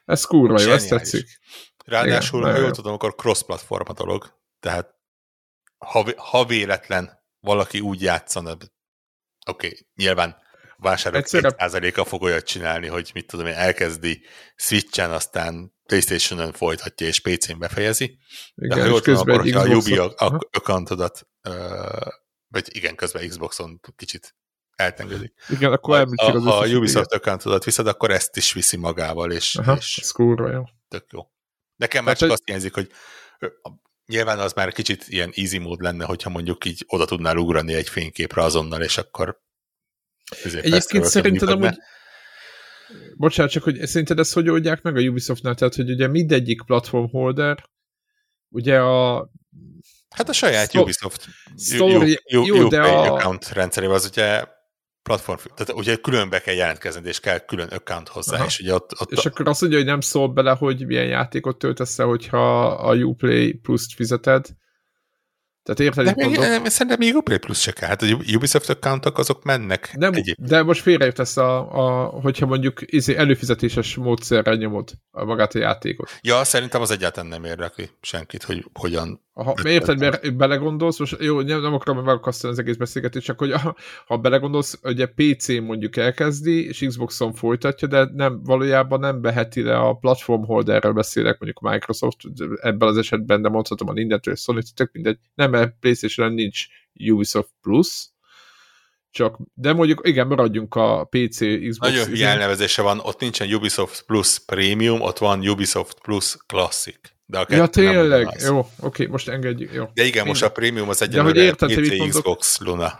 Ez kurva jó, ezt Zseniális. tetszik. Ráadásul, Igen, ha jól jó. tudom, akkor cross-platform a dolog. Tehát ha véletlen valaki úgy játszana, oké, nyilván vásárok Egyszerre 1%-a fog olyat csinálni, hogy mit tudom én, elkezdi Switchen, aztán PlayStation-on folytatja és PC-n befejezi. De ha igen, és jól tudom, közben akkor egy hogyha a Ubi Xbox-on. accountodat, vagy igen, közben Xboxon kicsit eltengedik. Igen, akkor elműtsük az Ha a összes Ubisoft accountodat viszed, akkor ezt is viszi magával, és ez kurva jó. tök jó. Nekem már Tehát csak azt hiányzik, hogy nyilván az már kicsit ilyen easy mód lenne, hogyha mondjuk így oda tudnál ugrani egy fényképre azonnal, és akkor egyébként szerinted amúgy, bocsánat, csak hogy szerinted ezt hogy oldják meg a Ubisoftnál? Tehát, hogy ugye mindegyik platform holder, ugye hát a saját Ubisoft jó, de account rendszerében az ugye platform, tehát ugye különbe kell jelentkezni, és kell külön account hozzá, és ugye ott és akkor azt mondja, hogy nem szól bele, hogy milyen játékot töltesz le, hogyha a Uplay Plus-t fizeted. Tehát érted, de szerintem még Uplay Plus se kell. Hát a Ubisoft accountok azok mennek de most félreértesz, hogyha mondjuk előfizetéses módszerrel nyomod magát a játékot. Ja, szerintem az egyáltalán nem érdekli senkit, hogy hogyan... Érted, mert belegondolsz, most jó, nem akarom megakasztani az egész beszélgetést, csak hogy ha belegondolsz, ugye PC-n mondjuk elkezdi, és Xboxon folytatja, de valójában nem beheti le a platform holderről beszélek, mondjuk a Microsoft, ebben az esetben, de mondhatom a Nintendo, Sony, tök mindegy, nem, mert PlayStation-en nincs Ubisoft Plus, de mondjuk, igen, maradjunk a PC, Xbox. Nagyon hülye elnevezése van, ott nincsen Ubisoft Plus Premium, ott van Ubisoft Plus Classic. De a ja, tényleg? Jó, oké, most engedjük. Jó. De igen, most a Premium az egyenlőre PC, Xbox, Luna.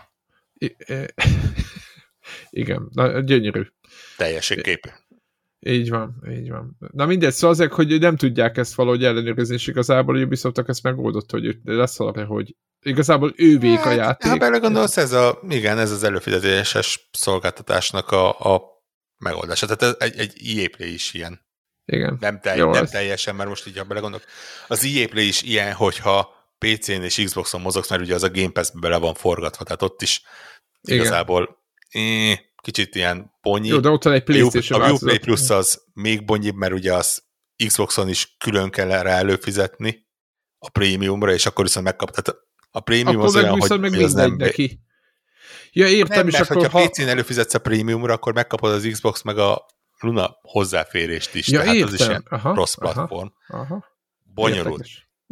Igen, na, gyönyörű. Teljességkép. Így van. Na mindegy, szóval azért, hogy nem tudják ezt valahogy ellenőrizni, és igazából a Ubisoft ezt megoldotta, hogy lesz arra, hogy igazából ővék a játék. Ha belegondolsz, ez az előfizetéses szolgáltatásnak a megoldása. Tehát egy EA Play is ilyen. Igen. Nem teljesen, mert most így, ha belegondolok. Az EA Play is ilyen, hogyha PC-n és Xboxon mozogsz, mert ugye az a Game Pass-be bele van forgatva, tehát ott is igazából kicsit ilyen bonyi. Jó, de ott van egy PlayStation a Uplay Plus az még bonyibb, mert ugye az Xboxon is külön kell rá előfizetni a prémiumra, és akkor viszont megkap. Tehát a prémium akkor az olyan, hogy az nem... neki. Ja, értem, nem, és mert akkor... hogyha PC-n előfizetsz a prémiumra, akkor megkapod az Xbox meg a Luna hozzáférést is. Ja, tehát értem. az is ilyen cross-platform. Bonyolult.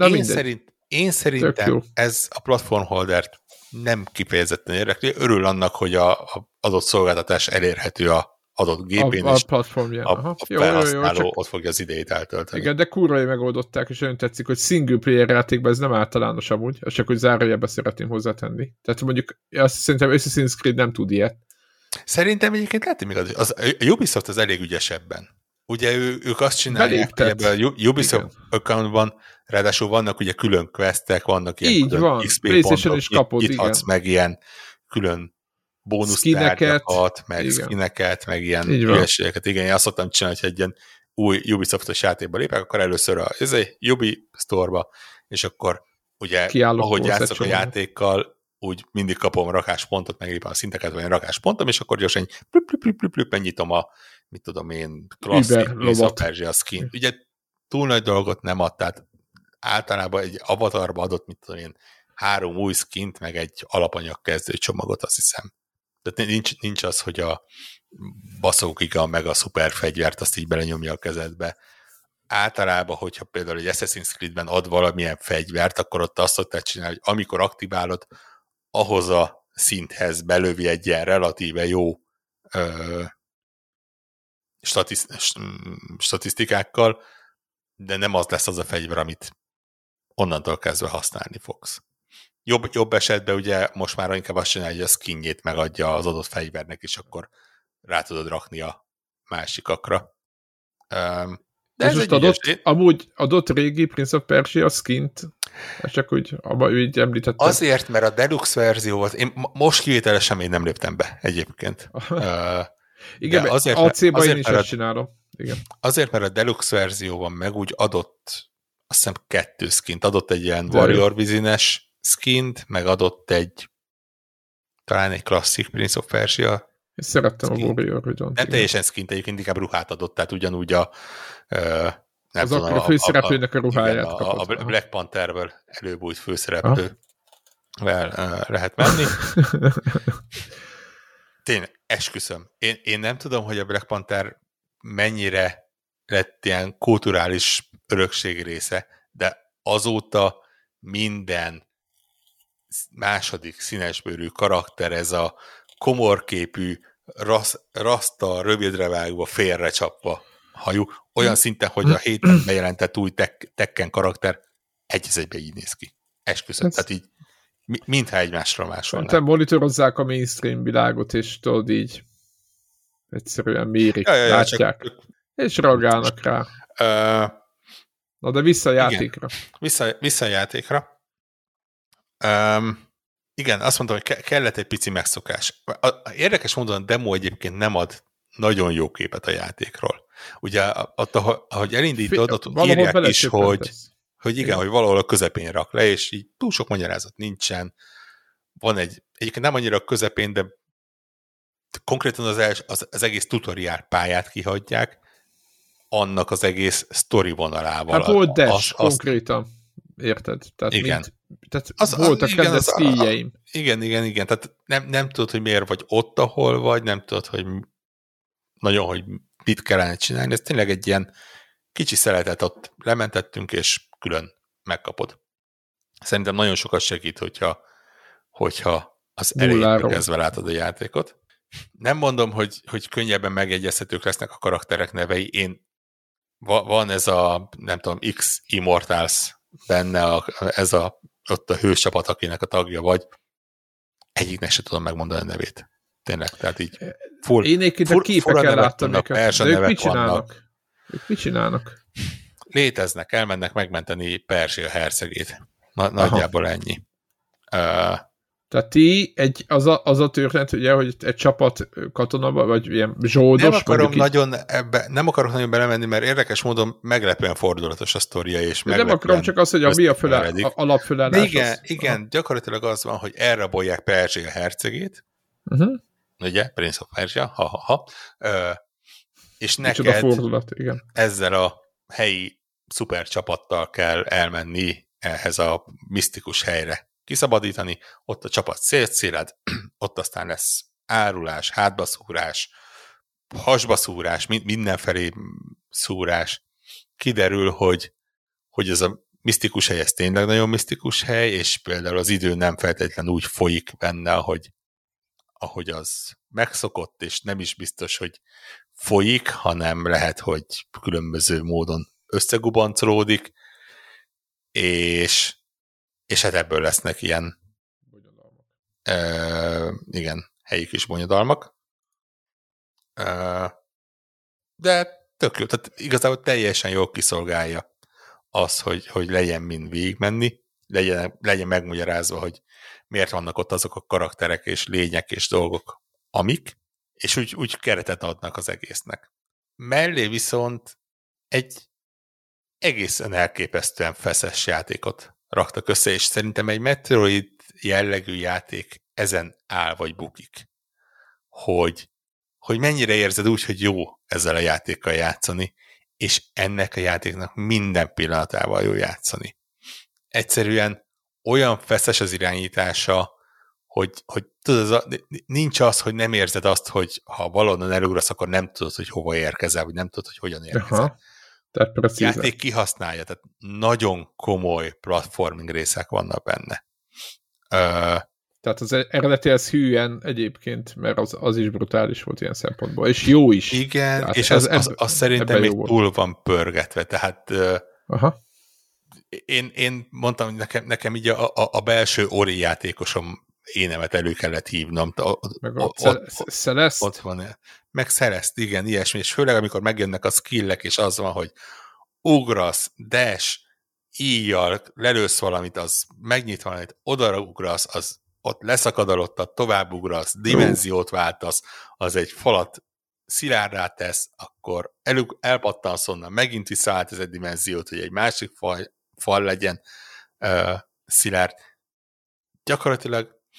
Én szerintem ez a platform holdert nem kifejezetten érdekli. Örül annak, hogy a adott szolgáltatás elérhető a adott gépén, és a felhasználó ott fogja az idejét eltölteni. Igen, de kurva megoldották, és olyan tetszik, hogy single player játékban ez nem általános amúgy, csak hogy zárójelbe szeretném hozzátenni. Tehát mondjuk azt szerintem Assassin's Creed nem tud ilyet. Szerintem egyébként lehet, hogy még a Ubisoft az elég ügyesebben. Ugye ők azt csinálják, hogy ebben a Ubisoft accountban ráadásul vannak ugye külön questek, vannak ilyen XP pontok, nyithatsz meg ilyen külön bónusztárgyakat, meg skineket, meg ilyen hülyeségeket. Igen, én azt szoktam csinálni, hogy egy ilyen új Ubisoftos játékba lépek, akkor először a Ubi Store-ba, és akkor ugye, ahogy játszok a játékkal, úgy mindig kapom rakáspontot, meglépem a szinteket, vagy rakáspontom, és akkor gyorsan megnyitom a, mit tudom én, klasszik Prince of Persia skin. Ugye túl nagy dolgot nem ad, tehát általában egy avatarba adott, mit tudom én, 3 új skint, meg egy alapanyag kezdő csomagot, azt hiszem. Tehát nincs az, hogy a baszógiga meg a szuper fegyvert azt így belenyomja a kezedbe. Általában, hogyha például egy Assassin's Creed-ben ad valamilyen fegyvert, akkor ott azt szokták csinálni, hogy amikor aktiválod, ahhoz a szinthez belövi egy ilyen relatíve jó statisztikákkal, de nem az lesz az a fegyver, amit onnantól kezdve használni fogsz. Jobb esetben ugye most már inkább azt csinálja, hogy a skinjét megadja az adott fegyvernek, és akkor rá tudod rakni a másikakra. De ez most adott régi Prince of Persia skint, csak úgy említettem. Azért, mert a deluxe verzió volt, én most kivételesen még nem léptem be egyébként. Igen, AC-ban én is ezt csinálom. Igen. Azért, mert a deluxe verzióban meg úgy adott, azt hiszem 2 skint, adott egy ilyen Warrior Within-es skint, meg adott talán egy klasszik Prince of Persia És szerettem Skin. a Warrior Within-t. Nem teljesen skint, egyébként inkább ruhát adott, tehát ugyanúgy a nem az tudom, akkori főszereplőnek a ruháját igen, kapott. a Black Pantherből előbújt főszereplővel lehet menni. Tényleg, esküszöm. Én nem tudom, hogy a Black Panther mennyire lett ilyen kulturális örökség része, de azóta minden második színesbőrű karakter, ez a komorképű, raszta, rövidre vágva, félrecsapva hajú, olyan szinten, hogy a héten bejelentett új Tekken karakter egy így néz ki. Esküszöm. Tehát így mintha egymásra másolnák. Te monitorozzák a mainstream világot, és tudod így egyszerűen mérik, látják, és reagálnak rá. Na de vissza a játékra. Vissza a játékra. Igen, azt mondtam, hogy kellett egy pici megszokás. Érdekes módon a demo egyébként nem ad nagyon jó képet a játékról. Ugye, ahogy elindítod, ott írják is, hogy igen, hogy valahol a közepén rak le, és így túl sok magyarázat nincsen. Van egyébként nem annyira a közepén, de konkrétan az egész tutoriál pályát kihagyják, annak az egész sztori vonalával. Hát volt dash, konkrétan. Érted? Tehát igen. Voltak kedves skilljeim. Igen. Tehát nem tudod, hogy miért vagy ott, ahol vagy, nem tudod, hogy nagyon, hogy mit kellene csinálni. Ez tényleg egy ilyen kicsi szeletet ott lementettünk, és külön megkapod. Szerintem nagyon sokat segít, hogyha az elejétől kezdve látod a játékot. Nem mondom, hogy könnyebben megegyezhetők lesznek a karakterek nevei. Van ez a, nem tudom, X Immortals benne, ott a hőscsapat, akinek a tagja vagy. Egyiknek se tudom megmondani a nevét. Tényleg, tehát így én egyébként a képeken láttam őket. De ők mit csinálnak? Mit csinálnak? Léteznek, elmennek megmenteni Perzsia hercegét. Nagyjából ennyi. Tehát ti, az a történet, ugye, hogy egy csapat katona, vagy ilyen zsoldos. Nem akarok nagyon belemenni, mert érdekes módon meglepően fordulatos a sztoria, és nem akarom csak az, hogy mi a alapfülelállás. Igen, gyakorlatilag az van, hogy elrabolják Perzsia hercegét, ugye, Prince of Persia, és neked fordulat, igen. ezzel a helyi szupercsapattal kell elmenni ehhez a misztikus helyre, kiszabadítani, ott a csapat szétszéled, ott aztán lesz árulás, hátbaszúrás, hasbaszúrás, mindenfelé szúrás. Kiderül, hogy ez a misztikus hely, ez tényleg nagyon misztikus hely, és például az idő nem feltétlenül úgy folyik benne, ahogy az megszokott, és nem is biztos, hogy folyik, hanem lehet, hogy különböző módon összegubancolódik, és hát ebből lesznek ilyen igen, helyi kis bonyodalmak. De tök jó, tehát igazából teljesen jól kiszolgálja az, hogy legyen mind végigmenni, legyen megmagyarázva, hogy miért vannak ott azok a karakterek és lények és dolgok, amik, és úgy keretet adnak az egésznek. Mellé viszont egy egészen elképesztően feszes játékot raktak össze, és szerintem egy Metroid jellegű játék ezen áll vagy bukik. Hogy mennyire érzed úgy, hogy jó ezzel a játékkal játszani, és ennek a játéknak minden pillanatával jó játszani. Egyszerűen olyan feszes az irányítása, hogy tudod, nincs az, hogy nem érzed azt, hogy ha valahonnan elugrasz, akkor nem tudod, hogy hova érkezel, vagy nem tudod, hogy hogyan érkezel. A játék kihasználja, tehát nagyon komoly platforming részek vannak benne. Tehát az eredetihez hűen egyébként, mert az is brutális volt ilyen szempontból, és jó is. Igen, tehát és az szerintem még túl van pörgetve, tehát én mondtam, hogy nekem így a belső Ori játékosom énemet elő kellett hívnom. Meg a Celeste? Ott van. Meg Celeste, igen, ilyesmi, és főleg amikor megjönnek a skillek, és az van, hogy ugrasz, dash, íjjal, lelősz valamit, az megnyit valamit, oda ugrasz, az ott leszakad alottat, tovább ugrasz, dimenziót váltasz, az egy falat szilárdá tesz, akkor elpattansz onnan, megint visszaállt ez egy dimenziót, hogy egy másik fal legyen szilárd. Gyakorlatilag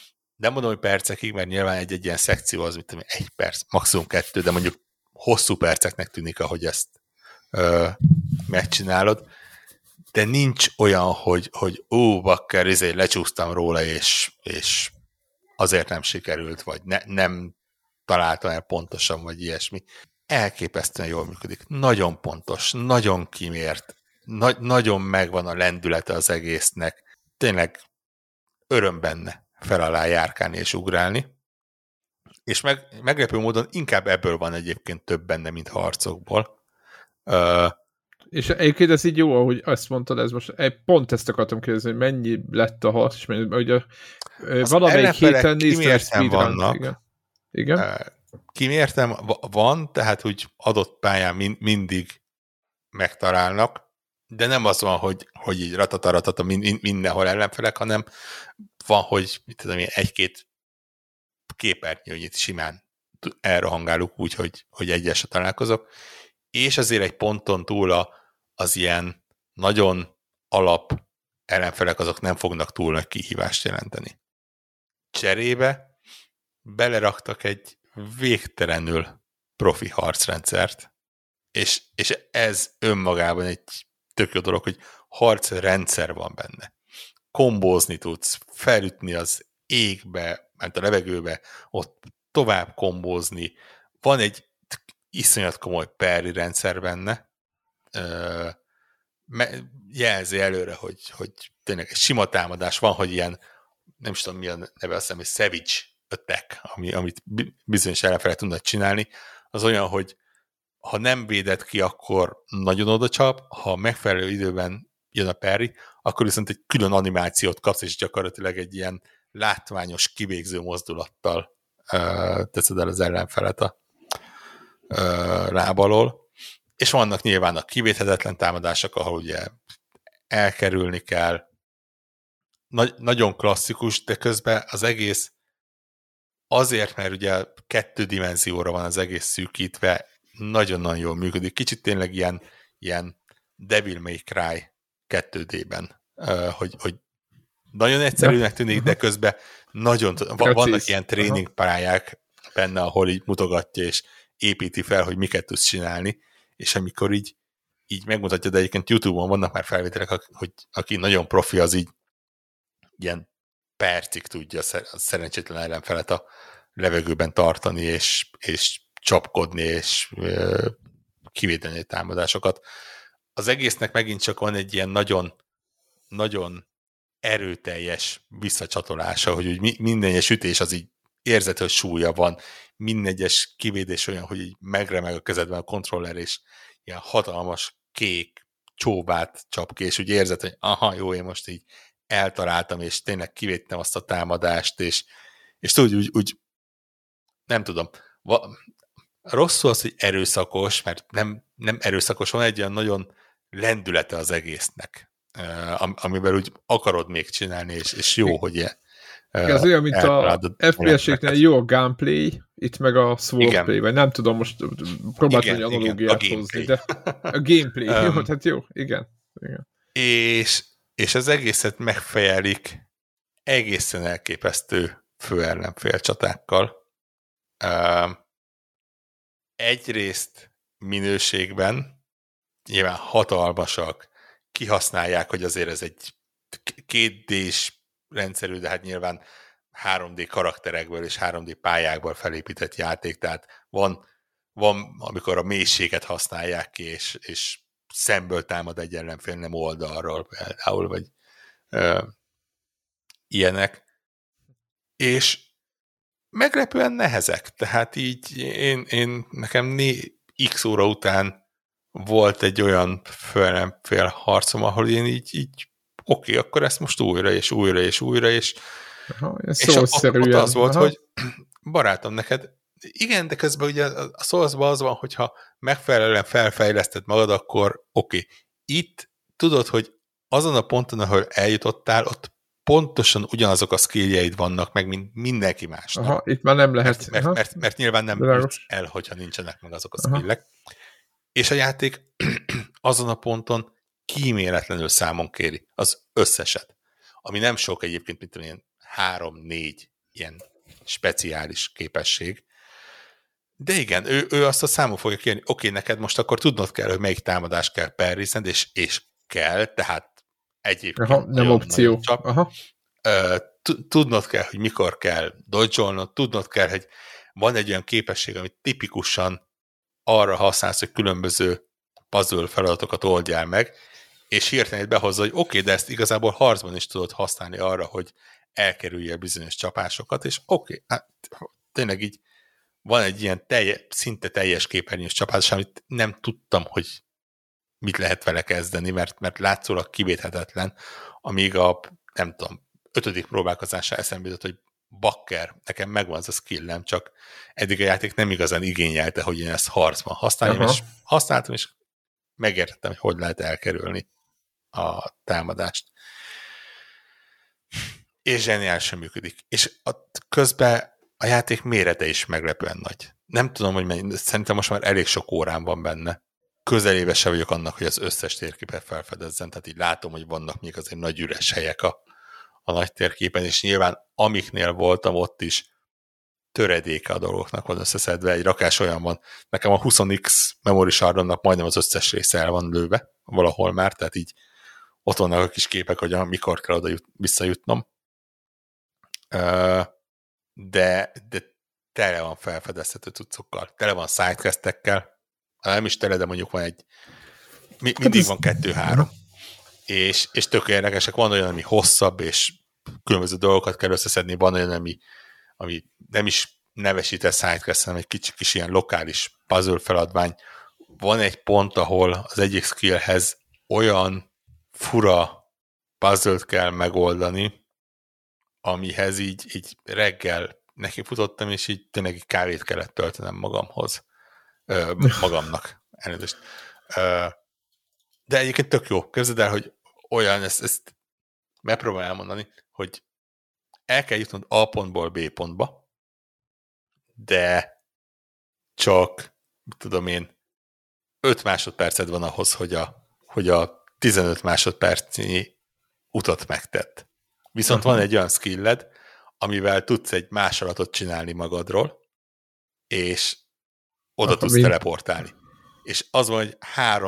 nem mondom, hogy percekig, mert nyilván egy ilyen szekció az, mint 1 perc, maximum 2, de mondjuk hosszú perceknek tűnik, ahogy ezt megcsinálod, de nincs olyan, hogy bakker, lecsúsztam róla, és azért nem sikerült, vagy nem találtam el pontosan, vagy ilyesmi. Elképesztően jól működik. Nagyon pontos, nagyon kimért, nagyon megvan a lendülete az egésznek. Tényleg öröm benne fel alá járkálni és ugrálni. És meglepő módon inkább ebből van egyébként több benne, mint harcokból. És egyébként ez így jó, ahogy azt mondtad, ez most pont ezt akartam kérdezni, hogy mennyi lett a harc, és ugye valamelyik héten néztem speedrun-t. Igen. Kimértem, van, tehát úgy adott pályán mindig megtalálnak, de nem az van, hogy így ratataratata mindenhol ellenfelek, hanem van, hogy mit tudom én, 1-2 képernyőnyit simán elrohangálunk úgy, hogy egyesre találkozok, és azért egy ponton túl az ilyen nagyon alap ellenfelek azok nem fognak túl nagy kihívást jelenteni. Cserébe beleraktak egy végtelenül profi harcrendszert, és ez önmagában egy tök jó dolog, hogy harcrendszer van benne. Kombózni tudsz, felütni az égbe, ment a levegőbe, ott tovább kombózni. Van egy iszonyat komoly parry rendszer benne, jelzi előre, hogy tényleg egy sima támadás van, hogy ilyen, nem is tudom mi a neve, azt hiszem, hogy savage attack, amit bizonyos ellenfelek tudnak csinálni, az olyan, hogy ha nem véded ki, akkor nagyon odacsap, ha megfelelő időben jön a parry, akkor viszont egy külön animációt kapsz, és gyakorlatilag egy ilyen látványos, kivégző mozdulattal teszed el az ellenfelet a láb alól. És vannak nyilván a kivéthetetlen támadások, ahol ugye elkerülni kell. Nagyon klasszikus, de közben az egész azért, mert ugye 2 dimenzióra van az egész szűkítve, nagyon-nagyon jól működik. Kicsit tényleg ilyen Devil May Cry 2D-ben, hogy nagyon egyszerűnek tűnik, de közben vannak ilyen tréningpályák benne, ahol így mutogatja és építi fel, hogy miket tudsz csinálni, és amikor így megmutatja, de egyébként YouTube-on vannak már felvételek, hogy aki nagyon profi, az így ilyen percig tudja a szerencsétlen ellenfelet a levegőben tartani, és csapkodni, és kivédeni a támadásokat. Az egésznek megint csak van egy ilyen nagyon, nagyon erőteljes visszacsatolása, hogy úgy minden egyes ütés az így érzed, hogy súlya van, minden egyes kivédés olyan, hogy így megremeg a kezedben a kontroller, és ilyen hatalmas kék csóvát csap ki, és úgy érzed, hogy aha, jó, én most így eltaláltam, és tényleg kivédtem azt a támadást, és tudod, úgy nem tudom, rosszul az, hogy erőszakos, mert nem erőszakos, van egy olyan nagyon lendülete az egésznek, amivel úgy akarod még csinálni, és jó, hogy ez olyan, mint a FPS-eknél jó a gunplay, itt meg a swordplay, vagy nem tudom, most próbáltam egy analógiát hozni, de a gameplay, jó, tehát jó, igen. És az egészet megfejelik egészen elképesztő fő-ellenfél csatákkal. Egyrészt minőségben nyilván hatalmasak, kihasználják, hogy azért ez egy 2D-s rendszerű, de hát nyilván 3D karakterekből és 3D pályákból felépített játék, tehát van amikor a mélységet használják ki, és szemből támad egy ellenfél, nem oldalról például, vagy ilyenek. És meglepően nehezek, tehát így nekem x óra után volt egy olyan fél harcom, ahol én így oké, akkor ezt most újra, és szószerűen. Ott az volt, hogy barátom, neked igen, de közben ugye a Soulsban az van, hogyha megfelelően felfejleszted magad, akkor oké. Itt tudod, hogy azon a ponton, ahol eljutottál, ott pontosan ugyanazok a skilljeid vannak, meg mint mindenki másnak. Aha, itt már nem lehet. Mert nyilván nem jutsz el, hogyha nincsenek meg azok a skillek. És a játék azon a ponton kíméletlenül számon kéri az összeset. Ami nem sok egyébként, mint ilyen 3-4 ilyen speciális képesség. De igen, ő azt a számon fogja kérni, oké, neked most akkor tudnod kell, hogy melyik támadást kell parrizned, és kell, tehát egyébként nem opció. Csap. Tudnod kell, hogy mikor kell dodge-olnod, tudnod kell, hogy van egy olyan képesség, amit tipikusan arra használsz, hogy különböző puzzle feladatokat oldjál meg, és hirtelen behozza, hogy oké, de ezt igazából harcban is tudod használni arra, hogy elkerülje bizonyos csapásokat, és oké, hát tényleg így van egy ilyen szinte teljes képernyős csapás, amit nem tudtam, hogy mit lehet vele kezdeni, mert látszólag kivéthetetlen, amíg a, nem tudom, 5. próbálkozásra eszembe jutott, hogy bakker, nekem megvan az a skillem, csak eddig a játék nem igazán igényelte, hogy én ezt harcban használjam, és használtam, és megértettem, hogy lehet elkerülni a támadást. És zseniálisan működik. És közben a játék mérete is meglepően nagy. Nem tudom, hogy mennyi, szerintem most már elég sok órán van benne. Közelébe se vagyok annak, hogy az összes térképet felfedezzen, tehát így látom, hogy vannak még azért nagy üres helyek a nagy térképen, és nyilván amiknél voltam, ott is töredéke a dolgoknak van összeszedve, egy rakás olyan van. Nekem a 20x memory shardonnak majdnem az összes része el van lőve, valahol már, tehát így ott vannak a kis képek, hogy mikor kell oda visszajutnom. De tele van felfedezhető cuccokkal, tele van sidequestekkel, nem is tele, de mondjuk van egy, mindig van 2-3, és tök érdekesek, van olyan, ami hosszabb, és különböző dolgokat kell összeszedni, van olyan, ami nem is nevesített sidequest, hanem egy kis ilyen lokális puzzle feladvány. Van egy pont, ahol az egyik skillhez olyan fura puzzle-t kell megoldani, amihez így reggel neki futottam, és így tényleg kávét kellett töltenem magamnak. Elnézést. De egyébként tök jó. Képzeld el, hogy olyan, ezt megpróbálom elmondani, hogy el kell jutnod A pontból B pontba, de csak, tudom én, 5 másodperced van ahhoz, hogy a 15 másodpercnyi utat megtett. Viszont van egy olyan skilled, amivel tudsz egy másolatot csinálni magadról, és oda tudsz teleportálni. És az van, hogy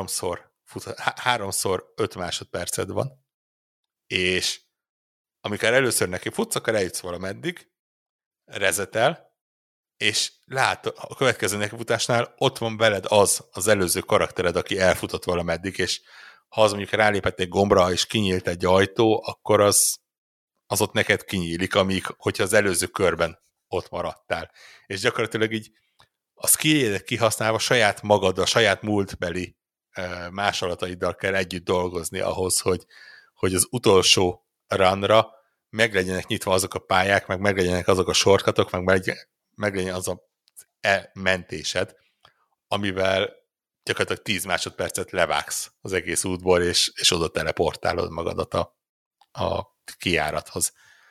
3-szor 5 másodperced van, és amikor először neki futsz, akkor eljutsz valameddig, rezetel, és a következő nekifutásnál ott van veled az előző karaktered, aki elfutott valameddig, és ha az mondjuk rálépett egy gombra, és kinyílt egy ajtó, akkor az ott neked kinyílik, hogyha az előző körben ott maradtál. És gyakorlatilag így a skilljédet kihasználva saját magaddal, saját múltbeli másolataiddal kell együtt dolgozni ahhoz, hogy az utolsó runra meglegyenek nyitva azok a pályák, meg meglegyenek azok a shortcutok, meg legyen az a mentésed, amivel gyakorlatilag 10 másodpercet levágsz az egész útból, és oda teleportálod magadat a kijárathoz.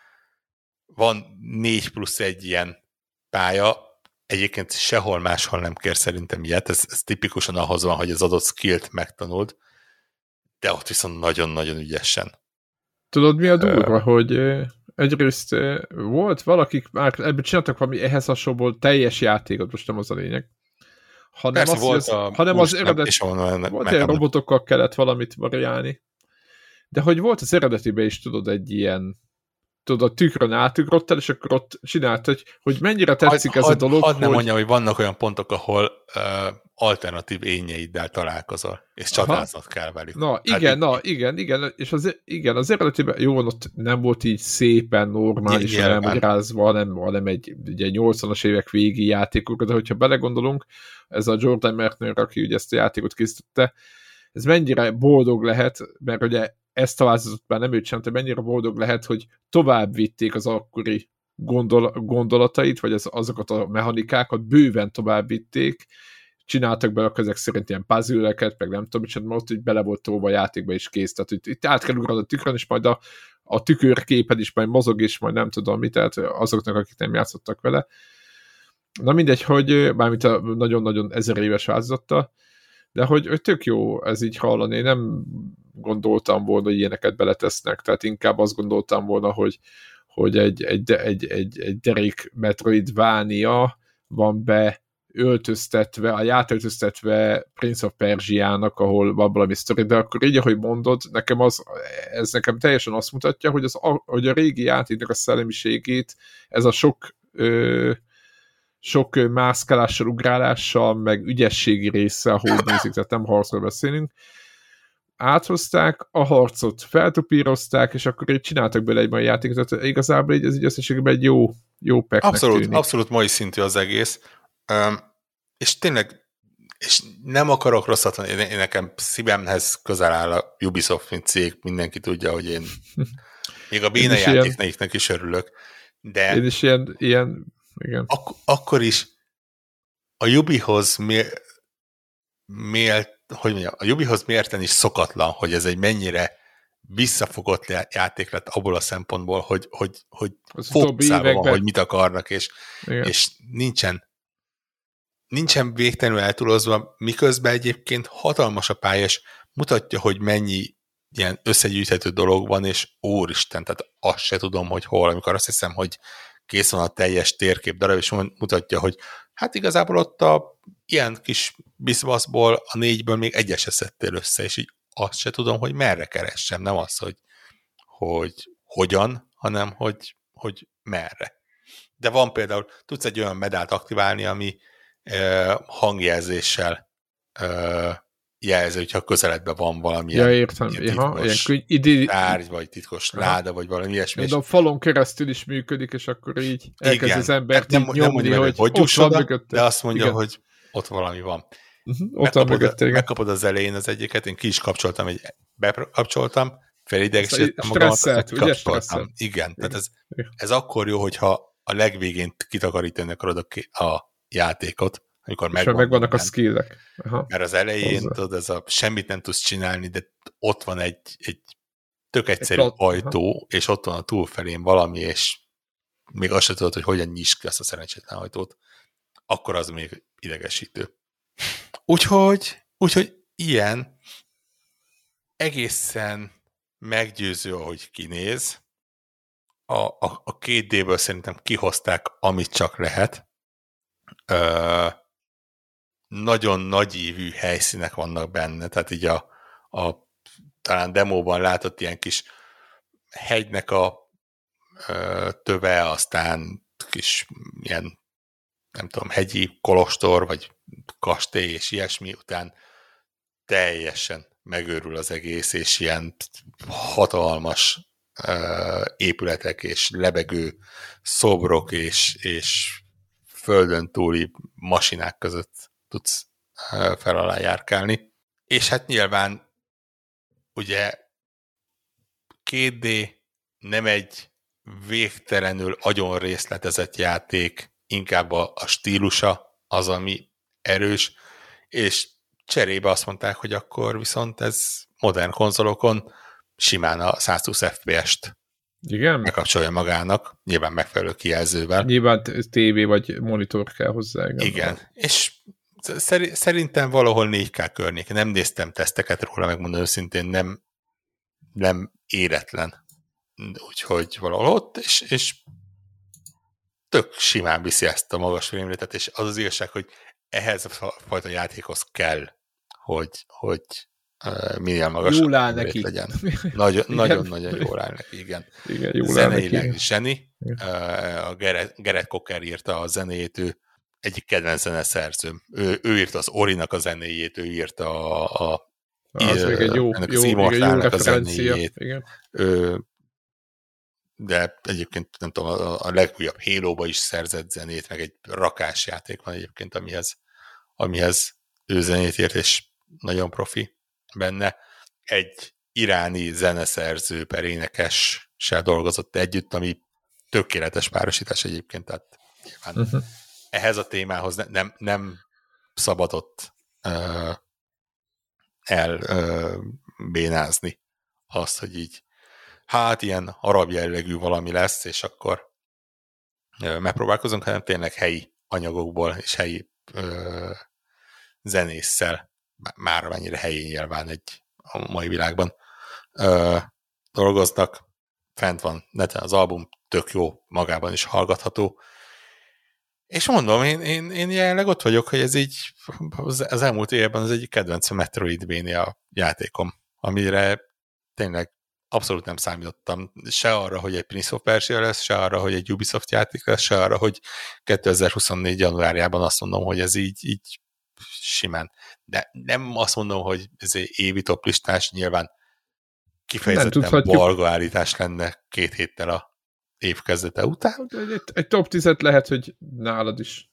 Van 4+1 ilyen pálya, egyébként sehol máshol nem kér szerintem ilyet, ez tipikusan ahhoz van, hogy az adott skillt megtanuld, de ott viszont nagyon-nagyon ügyesen. Tudod, mi a durva, hogy egyrészt volt valakik, már ebből csináltak valami ehhez hasonló teljes játékot, most nem az a lényeg. Hanem az eredet, volt ilyen robotokkal kellett valamit variálni. De hogy volt az eredetiben is, tudod, egy ilyen, tudod, a tükrön átugrottál, és akkor ott csinált, hogy mennyire tetszik ez a dolog. Hadd nem mondjam, hogy vannak olyan pontok, ahol alternatív énjeiddel találkozol, és csatáznod kell velük. Igen, és az eredetiben, jó, ott nem volt így szépen normálisan elmagyarázva, hanem egy ugye 80-as évek végi játékok, de hogyha belegondolunk, ez a Jordan Mertner, aki ugye ezt a játékot készítette, ez mennyire boldog lehet, mert ugye ezt a változatot már nem ő csinálta, mennyire boldog lehet, hogy tovább vitték az akkori gondolatait, vagy azokat a mechanikákat bőven tovább vitték, csináltak bele ezek szerint ilyen puzzle-eket, meg nem tudom, micsoda, mert ott így bele volt tolva a játékba is kész, tehát itt át kell ugrani a tükrön, és majd a tükörképed is majd mozog, és majd nem tudom mit, tehát azoknak, akik nem játszottak vele. Na mindegy, hogy bármint a nagyon-nagyon 1000 éves változata, de hogy tök jó ez így hallani, én nem gondoltam volna, hogy ilyeneket beletesznek, tehát inkább azt gondoltam volna, hogy egy Derek Metroidvania van öltöztetve, átöltöztetve Prince of Persia-nak, ahol van valami sztori, de akkor így, ahogy mondod, ez nekem teljesen azt mutatja, hogy a régi játéknak a szellemiségét, ez a sok mászkálással, ugrálással, meg ügyességi része, ahogy nézik, tehát nem harcról beszélünk, áthozták, a harcot feltupírozták, és akkor így csináltak bele egy mai játékot, tehát igazából így ez így összességében egy jó packnek tűnik. Abszolút mai szintű az egész, és tényleg és nem akarok rosszat mondani, én nekem szívemhez közel áll a Ubisoft, mint cég, mindenki tudja, hogy én még a béna játéknaiknak is örülök, de én is ilyen igen. Akkor is a Ubihoz a Ubihoz mérten is szokatlan, hogy ez egy mennyire visszafogott játék lett abból a szempontból, hogy fókuszában van, hogy mit akarnak, és nincsen végtelenül eltúlozva, miközben egyébként hatalmas a pálya, és mutatja, hogy mennyi ilyen összegyűjthető dolog van, és úristen, tehát azt se tudom, hogy hol, amikor azt hiszem, hogy kész van a teljes térkép darab, és mutatja, hogy hát igazából ott a ilyen kis biszbaszból, a 4-ből még egyet se szedtél össze, és így azt se tudom, hogy merre keressem, nem az, hogy hogyan, hanem hogy merre. De van például, tudsz egy olyan medált aktiválni, ami hangjelzéssel jelzi, hogyha közeledben van valamilyen titkos tárgy, vagy titkos láda, vagy valami ilyesmi. De a falon keresztül is működik, és akkor így elkezd az embert így nyomni, hogy ott van mögötte. De azt mondja, hogy ott valami van. Megkapod az elején az egyiket, én ki is kapcsoltam, bekapcsoltam, felidegesítettem magamat, kapcsoltam. Igen, tehát ez akkor jó, hogyha a legvégén kitakarítani akarod a játékot, amikor megvannak a skillek. Mert az elején, tudod, semmit nem tudsz csinálni, de ott van egy tök egyszerű ajtó, és ott van a túlfelén valami, és még azt sem tudod, hogy hogyan nyisd ki azt a szerencsétlen ajtót, akkor az még idegesítő. Úgyhogy ilyen egészen meggyőző, ahogy kinéz. A 2D-ből szerintem kihozták, amit csak lehet. Nagyon nagyívű helyszínek vannak benne, tehát így a talán demóban látott ilyen kis hegynek a töve, aztán kis ilyen, nem tudom, hegyi kolostor, vagy kastély, és ilyesmi, után teljesen megőrül az egész, és ilyen hatalmas épületek, és lebegő szobrok, és földön túli masinák között tudsz fel alá járkálni. És hát nyilván ugye 2D nem egy végtelenül agyon részletezett játék, inkább a stílusa az, ami erős, és cserébe azt mondták, hogy akkor viszont ez modern konzolokon simán a 120 FPS-t megkapcsolja magának, nyilván megfelelő kijelzővel. Nyilván tévé vagy monitor kell hozzá. Igen, és szerintem valahol 4K környék. Nem néztem teszteket róla, megmondom őszintén, nem éretlen. Úgyhogy valahol ott, és tök simán viszi ezt a magas framerate-et, és az az igazság, hogy ehhez a fajta játékhoz kell, hogy minél magasabb legyen. Nagyon-nagyon jól áll neki, igen. Zeneileg zseni. A Gareth Cocker írta a zenét, ő egyik kedvenc zeneszerzőm. Ő írta az Orinak a zenéjét, ő írta az még egy jó a zenéjét. De egyébként nem tudom, a legújabb Halo-ba is szerzett zenét, meg egy rakás játék van egyébként, amihez ő zenét írt, és nagyon profi benne. Egy iráni zeneszerző per énekessel dolgozott együtt, ami tökéletes párosítás egyébként, tehát nyilván ehhez a témához nem szabadott elbénázni azt, hogy így hát ilyen arab jellegű valami lesz, és akkor megpróbálkozunk, hanem tényleg helyi anyagokból és helyi zenésszel, már mennyire helyi nyilván a mai világban dolgoznak. Fent van neten az album, tök jó, magában is hallgatható. És mondom, én jelenleg ott vagyok, hogy ez így az elmúlt évben az egyik kedvenc Metroidvania játékom, amire tényleg abszolút nem számítottam. Se arra, hogy egy Prince of Persia lesz, se arra, hogy egy Ubisoft játék lesz, se arra, hogy 2024. januárjában azt mondom, hogy ez így simán. De nem azt mondom, hogy ez egy évi toplistás, nyilván kifejezetten balga állítás lenne 2 héttel a év kezdete után. Egy top 10-et lehet, hogy nálad is.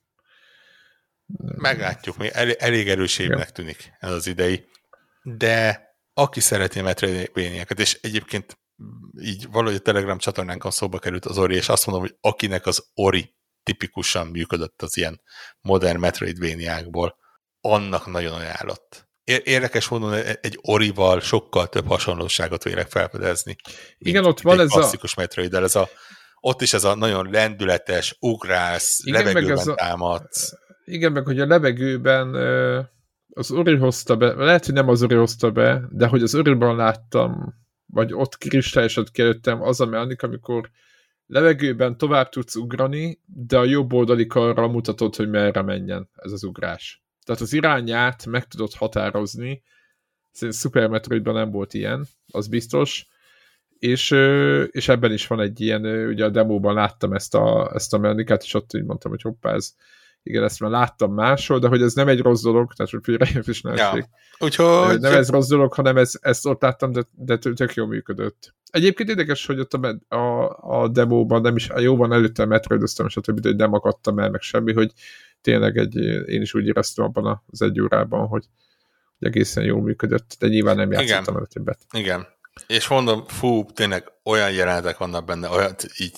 Meglátjuk, még elég erős évnek tűnik ez az idei. De aki szereti a Metroidvania-ket, és egyébként így valahogy a Telegram csatornánkon szóba került az Ori, és azt mondom, hogy akinek az Ori tipikusan működött az ilyen modern Metroidvania-kból, annak nagyon ajánlott. Érdekes módon egy Orival sokkal több hasonlóságot vélek felfedezni. Igen, ott van ez klasszikus Metroid-del, ott is ez a nagyon lendületes, ugrálsz, igen, levegőben támadsz. Igen, meg hogy a levegőben az Ori hozta be, lehet, hogy nem az Ori hozta be, de hogy az Oriban láttam, vagy ott kristályosat kerültem az a mechanika, amikor levegőben tovább tudsz ugrani, de a jobb oldali karral mutatod, hogy merre menjen ez az ugrás. Tehát az irányát meg tudod határozni. Szerintem Super Metroidban nem volt ilyen, az biztos. És ebben is van egy ilyen, ugye a demóban láttam ezt a mechanikát, és ott így mondtam, hogy hoppá, igen, ezt már láttam máshol, de hogy ez nem egy rossz dolog, tehát hogy félreértés is nem esik. Úgyhogy... Nem ez rossz dolog, hanem ezt ott láttam, de tök jól működött. Egyébként érdekes, hogy ott a demóban, nem is, jóban előtte Metroidoztam, és a többi, nem akadtam el, meg semmi, hogy tényleg én is úgy éreztem abban az 1 órában, hogy egészen jól működött, de nyilván nem játszottam el többet. Igen. És mondom, tényleg olyan jelenetek vannak benne, olyan így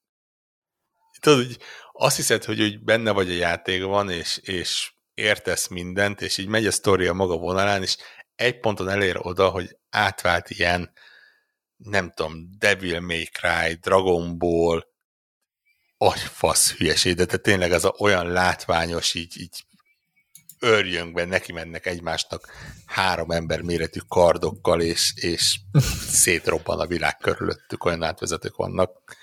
tudod, így azt hiszed, hogy úgy benne vagy a játékban, és értesz mindent, és így megy a sztori a maga vonalán, és egy ponton elér oda, hogy átvált ilyen, nem tudom, Devil May Cry, Dragon Ball, agyfasz hülyeség, de tényleg az olyan látványos, így őrjönkbe neki mennek egymásnak 3 ember méretű kardokkal, és szétrobban a világ körülöttük, olyan átvezetők vannak.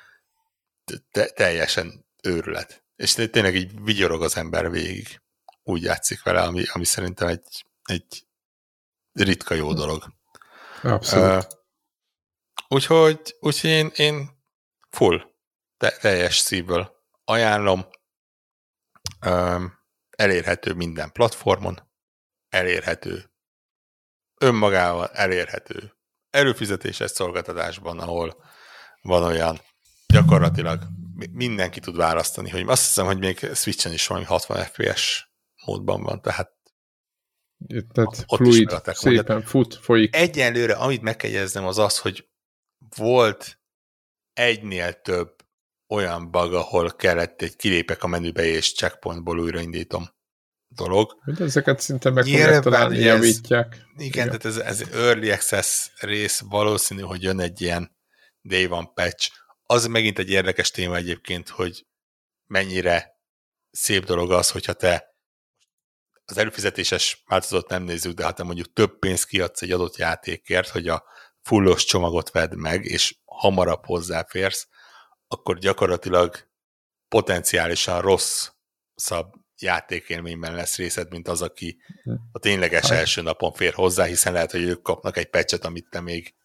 Teljesen őrület. És tényleg így vigyorog az ember végig. Úgy játszik vele, ami szerintem egy ritka jó dolog. Abszolút. Úgyhogy én full, teljes szívből ajánlom. Elérhető minden platformon, elérhető önmagával, elérhető előfizetéses szolgáltatásban, ahol van olyan, gyakorlatilag mindenki tud választani, hogy azt hiszem, hogy még Switchen is valami 60 FPS módban van, tehát ott fluid, is szépen folyik. Egyenlőre, amit meg kell jegyeznem, az, hogy volt egynél több olyan bug, ahol kellett egy kilépek a menübe és checkpointból újraindítom dolog. De ezeket szinte meg fogják találni, javítják. Igen, tehát ez early access rész, valószínű, hogy jön egy ilyen day one patch. Az megint egy érdekes téma egyébként, hogy mennyire szép dolog az, hogyha te az előfizetéses változatot nem nézzük, de ha te mondjuk több pénzt kiadsz egy adott játékért, hogy a fullos csomagot vedd meg, és hamarabb hozzáférsz, akkor gyakorlatilag potenciálisan rosszabb játékélményben lesz részed, mint az, aki a tényleges első napon fér hozzá, hiszen lehet, hogy ők kapnak egy patchet, amit te még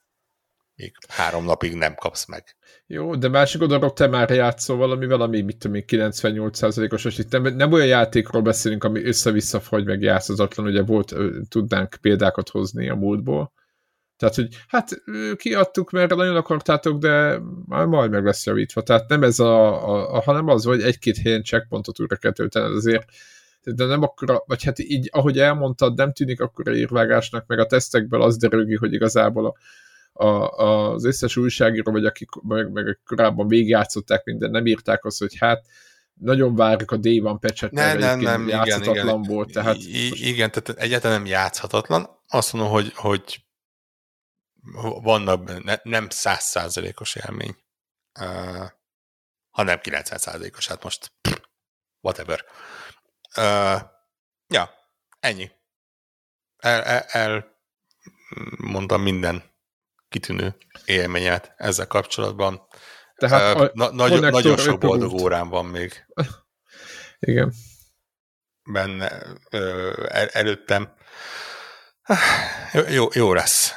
3 napig nem kapsz meg. Jó, de másik oldalról te már játszol valamivel, ami mit tudom én, 98%-os, és itt nem olyan játékról beszélünk, ami össze-vissza fagy meg játszatlan, ugye tudnánk példákat hozni a múltból. Tehát, hogy hát kiadtuk, mert nagyon akartátok, de majd meg lesz javítva. Tehát nem ez hanem az, hogy 1-2 helyen checkpointot újra kell töltened azért, de nem akkora, vagy hát így, ahogy elmondtad, nem tűnik akkora írvágásnak, meg a tesztekből az derögi, hogy igazából az összes újságíró, vagy akik meg korábban végigjátszották minden, nem írták azt, hogy hát nagyon várjuk a Day One patchet, mert nem, játszhatatlan volt. Tehát igen, tehát egyáltalán nem játszhatatlan. Azt mondom, hogy vannak nem 100%-os élmény, hanem 90%-os, hát most whatever. Ja, ennyi. Mondtam minden kitűnő élményet ezzel kapcsolatban. Tehát nagyon sok boldog órám van még. Igen. Benne előttem. Jó lesz.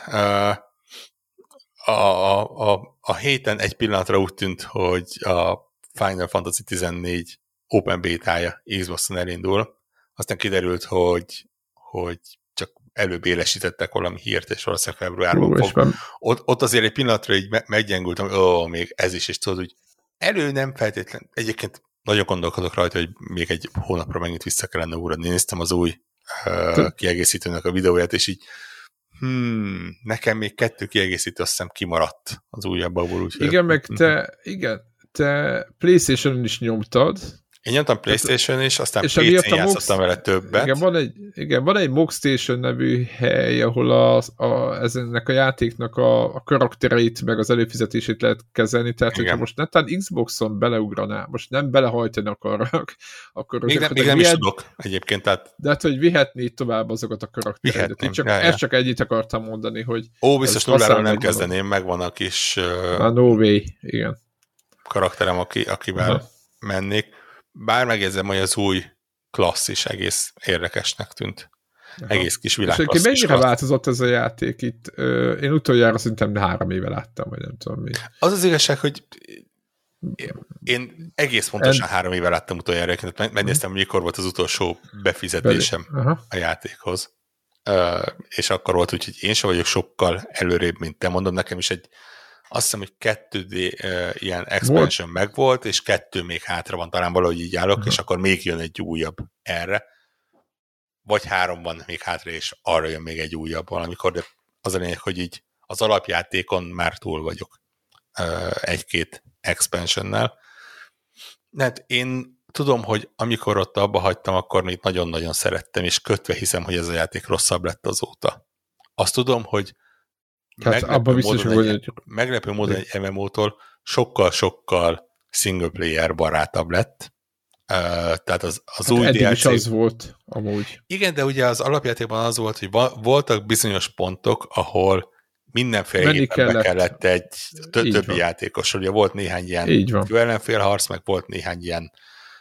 A héten egy pillanatra úgy tűnt, hogy a Final Fantasy 14 Open Beta-ja Xboxon elindul. Aztán kiderült, hogy csak előbb élesítettek valami hírt, és valószínűleg februárban fog. Ott azért egy pillanatra így meggyengültem, hogy még ez is, és tudod, hogy nem feltétlen. Egyébként nagyon gondolkodok rajta, hogy még egy hónapra megint vissza kellene ugrani. Néztem az új kiegészítőnek a videóját, és így nekem még 2 kiegészítő, azt hiszem kimaradt az újabbakból. Igen, meg te PlayStation-on is nyomtad. Én nyomtam PlayStation is, aztán PC-n játszottam vele többet. Igen, van egy Mogstation nevű hely, ahol ennek a játéknak a karaktereit, meg az előfizetését lehet kezelni, tehát hogyha most netán Xboxon beleugraná, most nem belehajtani akarok, akkor még nem is tudok egyébként. De hát, hogy vihetné tovább azokat a karaktereket. Ezt csak ennyit akartam mondani, hogy... Biztos nulláról nem kezdeném, megvan a kis no way, igen. karakterem, akivel mennék. Bár megjegyzem, hogy az új klassz is egész érdekesnek tűnt. Aha. Egész kis világklassz. És mennyire változott ez a játék itt? Én utoljára szerintem 3 éve láttam, vagy nem tudom mi. Az igazság, hogy én egész pontosan 3 éve láttam utoljára, megnéztem, hogy mikor volt az utolsó befizetésem a játékhoz. És akkor volt úgy, hogy én sem vagyok sokkal előrébb, mint te. Mondom, nekem is azt hiszem, hogy 2 ilyen expansion megvolt, és 2 még hátra van, talán valahogy így állok, és akkor még jön egy újabb erre. Vagy 3 van még hátra, és arra jön még egy újabb valamikor, de az a lényeg, hogy így az alapjátékon már túl vagyok 1-2 expansionnel. Hát én tudom, hogy amikor ott abba hagytam, akkor még nagyon-nagyon szerettem, és kötve hiszem, hogy ez a játék rosszabb lett azóta. Azt tudom, hogy meglepő módon egy MMO-tól sokkal-sokkal single player barátabb lett. Tehát az új DLC... is az volt, amúgy. Igen, de ugye az alapjátékban az volt, hogy voltak bizonyos pontok, ahol mindenféleképpen be kellett egy többi játékos. Ugye volt néhány ilyen ellenfélharc, meg volt néhány ilyen